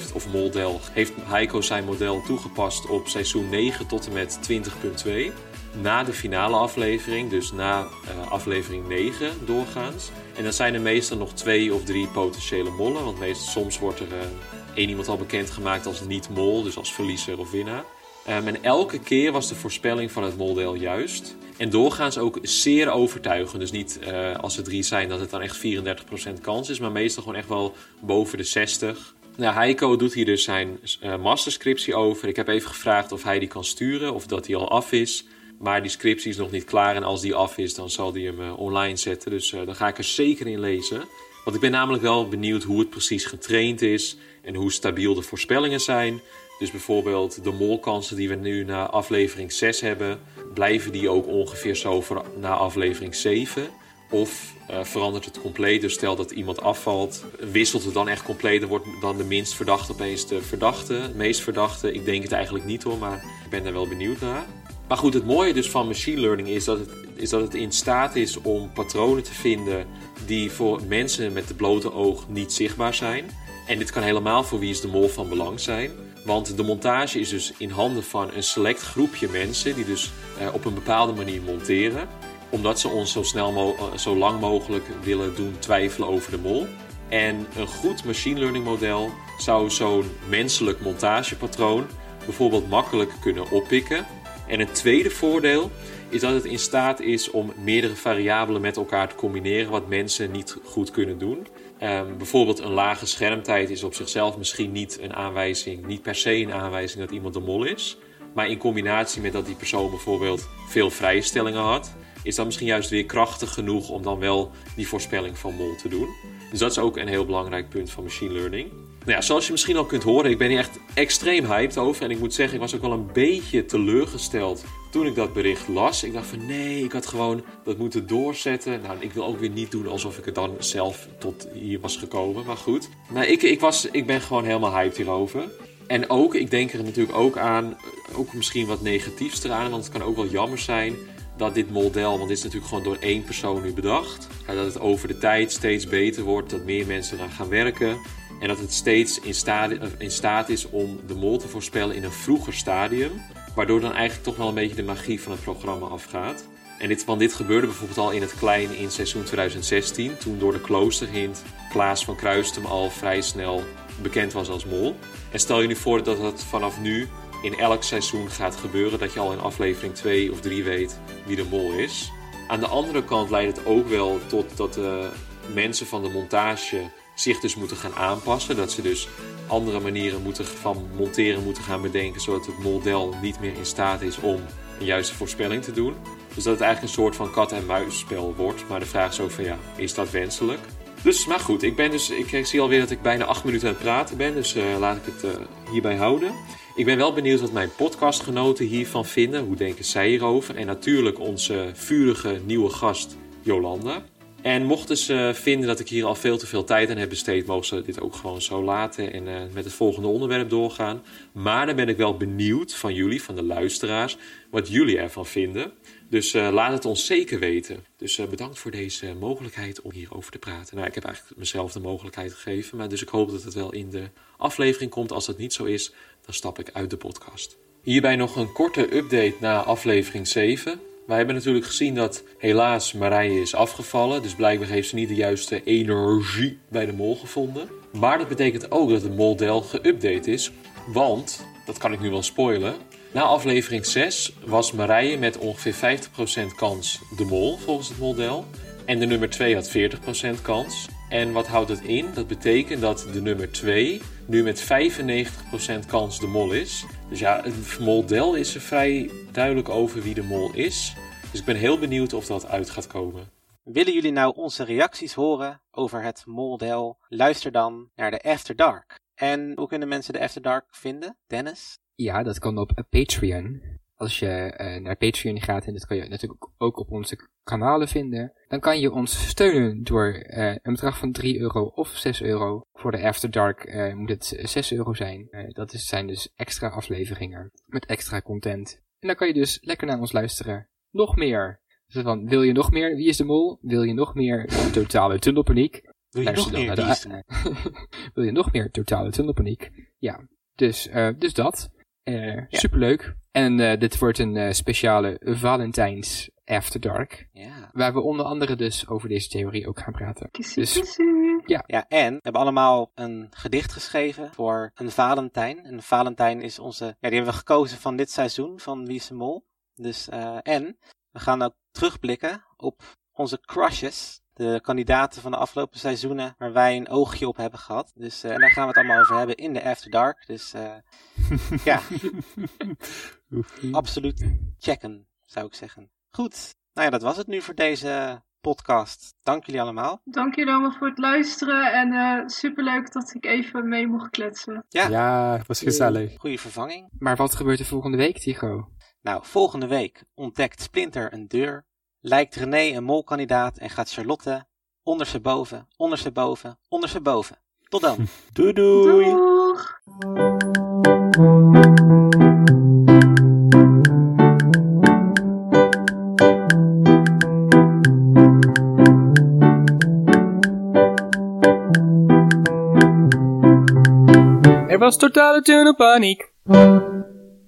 S5: heeft Heiko zijn model toegepast op seizoen 9 tot en met 20.2. Na de finale aflevering, dus na aflevering 9 doorgaans. En dan zijn er meestal nog 2 of 3 potentiële mollen, want soms wordt er 1 iemand al bekendgemaakt als niet-mol, dus als verliezer of winnaar. En elke keer was de voorspelling van het model juist. En doorgaans ook zeer overtuigend. Dus niet als er 3 zijn dat het dan echt 34% kans is, maar meestal gewoon echt wel boven de 60. Nou, Heiko doet hier dus zijn masterscriptie over. Ik heb even gevraagd of hij die kan sturen of dat die al af is. Maar die scriptie is nog niet klaar en als die af is, dan zal hij hem online zetten. Dus dan ga ik er zeker in lezen. Want ik ben namelijk wel benieuwd hoe het precies getraind is en hoe stabiel de voorspellingen zijn. Dus bijvoorbeeld de molkansen die we nu na aflevering 6 hebben, blijven die ook ongeveer zo na aflevering 7? Of verandert het compleet? Dus stel dat iemand afvalt, wisselt het dan echt compleet? Dan wordt dan de minst verdachte opeens de verdachte, meest verdachte? Ik denk het eigenlijk niet hoor, maar ik ben daar wel benieuwd naar. Maar goed, het mooie dus van machine learning is dat het in staat is om patronen te vinden die voor mensen met het blote oog niet zichtbaar zijn. En dit kan helemaal voor Wie is de Mol van belang zijn. Want de montage is dus in handen van een select groepje mensen die dus op een bepaalde manier monteren. Omdat ze ons zo lang mogelijk willen doen twijfelen over de mol. En een goed machine learning model zou zo'n menselijk montagepatroon bijvoorbeeld makkelijk kunnen oppikken. En een tweede voordeel is dat het in staat is om meerdere variabelen met elkaar te combineren wat mensen niet goed kunnen doen. Bijvoorbeeld een lage schermtijd is op zichzelf misschien niet per se een aanwijzing dat iemand de mol is. Maar in combinatie met dat die persoon bijvoorbeeld veel vrijstellingen had, is dat misschien juist weer krachtig genoeg om dan wel die voorspelling van mol te doen. Dus dat is ook een heel belangrijk punt van machine learning. Nou ja, zoals je misschien al kunt horen, ik ben hier echt extreem hyped over. En ik moet zeggen, ik was ook wel een beetje teleurgesteld toen ik dat bericht las. Ik dacht van nee, ik had gewoon dat moeten doorzetten. Nou, ik wil ook weer niet doen alsof ik er dan zelf tot hier was gekomen. Maar goed, nou, ik ben gewoon helemaal hyped hierover. En ook, ik denk er natuurlijk ook aan, ook misschien wat negatiefs eraan. Want het kan ook wel jammer zijn dat dit model, want dit is natuurlijk gewoon door één persoon nu bedacht. Dat het over de tijd steeds beter wordt, dat meer mensen eraan gaan werken. En dat het steeds in staat is om de mol te voorspellen in een vroeger stadium. Waardoor dan eigenlijk toch wel een beetje de magie van het programma afgaat. En dit gebeurde bijvoorbeeld al in het klein in seizoen 2016. Toen door de kloosterhint Klaas van Kruistum al vrij snel bekend was als mol. En stel je nu voor dat het vanaf nu in elk seizoen gaat gebeuren. Dat je al in aflevering 2 of 3 weet wie de mol is. Aan de andere kant leidt het ook wel tot dat de mensen van de montage zich dus moeten gaan aanpassen. Dat ze dus andere manieren van monteren moeten gaan bedenken, zodat het model niet meer in staat is om een juiste voorspelling te doen. Dus dat het eigenlijk een soort van kat-en-muisspel wordt. Maar de vraag is ook van ja, is dat wenselijk? Dus, maar goed, ik zie alweer dat ik bijna 8 minuten aan het praten ben. Dus laat ik het hierbij houden. Ik ben wel benieuwd wat mijn podcastgenoten hiervan vinden. Hoe denken zij hierover? En natuurlijk onze vurige nieuwe gast Jolanda. En mochten ze vinden dat ik hier al veel te veel tijd aan heb besteed, mogen ze dit ook gewoon zo laten en met het volgende onderwerp doorgaan. Maar dan ben ik wel benieuwd van jullie, van de luisteraars, wat jullie ervan vinden. Dus laat het ons zeker weten. Dus bedankt voor deze mogelijkheid om hierover te praten. Nou, ik heb eigenlijk mezelf de mogelijkheid gegeven, maar dus ik hoop dat het wel in de aflevering komt. Als dat niet zo is, dan stap ik uit de podcast. Hierbij nog een korte update na aflevering 7. Wij hebben natuurlijk gezien dat helaas Marije is afgevallen. Dus blijkbaar heeft ze niet de juiste energie bij de mol gevonden. Maar dat betekent ook dat het model geüpdate is. Want, dat kan ik nu wel spoilen, na aflevering 6 was Marije met ongeveer 50% kans de mol volgens het model. En de nummer 2 had 40% kans. En wat houdt het in? Dat betekent dat de nummer 2 nu met 95% kans de mol is. Dus ja, het model is er vrij duidelijk over wie de mol is. Dus ik ben heel benieuwd of dat uit gaat komen.
S3: Willen jullie nou onze reacties horen over het model? Luister dan naar de After Dark. En hoe kunnen mensen de After Dark vinden? Dennis?
S1: Ja, dat kan op Patreon. Als je naar Patreon gaat, en dat kan je natuurlijk ook op onze kanalen vinden, dan kan je ons steunen door een bedrag van €3 of €6. Voor de After Dark moet het €6 zijn. Dat zijn dus extra afleveringen met extra content. En dan kan je dus lekker naar ons luisteren. Nog meer. Dus van, wil je nog meer? Wie is de mol? Wil je nog meer totale tunnelpaniek?
S3: Wil je nog meer?
S1: Wil je nog meer totale tunnelpaniek? Ja, dus dat. Superleuk. En dit wordt een speciale Valentijns After Dark.
S3: Ja.
S1: Waar we onder andere dus over deze theorie ook gaan praten. Dus,
S3: ja, en we hebben allemaal een gedicht geschreven voor een Valentijn. En Valentijn is die hebben we gekozen van dit seizoen, van Wie is de Mol. Dus, en we gaan ook terugblikken op onze crushes. De kandidaten van de afgelopen seizoenen waar wij een oogje op hebben gehad. Dus en daar gaan we het allemaal over hebben in de After Dark. Dus ja, absoluut checken, zou ik zeggen. Goed, nou ja, dat was het nu voor deze podcast. Dank jullie allemaal.
S4: Dank jullie allemaal voor het luisteren en superleuk dat ik even mee mocht kletsen.
S2: Ja, het was gezellig.
S3: Goeie vervanging.
S1: Maar wat gebeurt er volgende week, Tycho?
S3: Nou, volgende week ontdekt Splinter een deur, lijkt René een molkandidaat en gaat Charlotte ondersteboven. Tot dan.
S2: Doei doei.
S4: Doeg!
S1: Er was totale tunnelpaniek.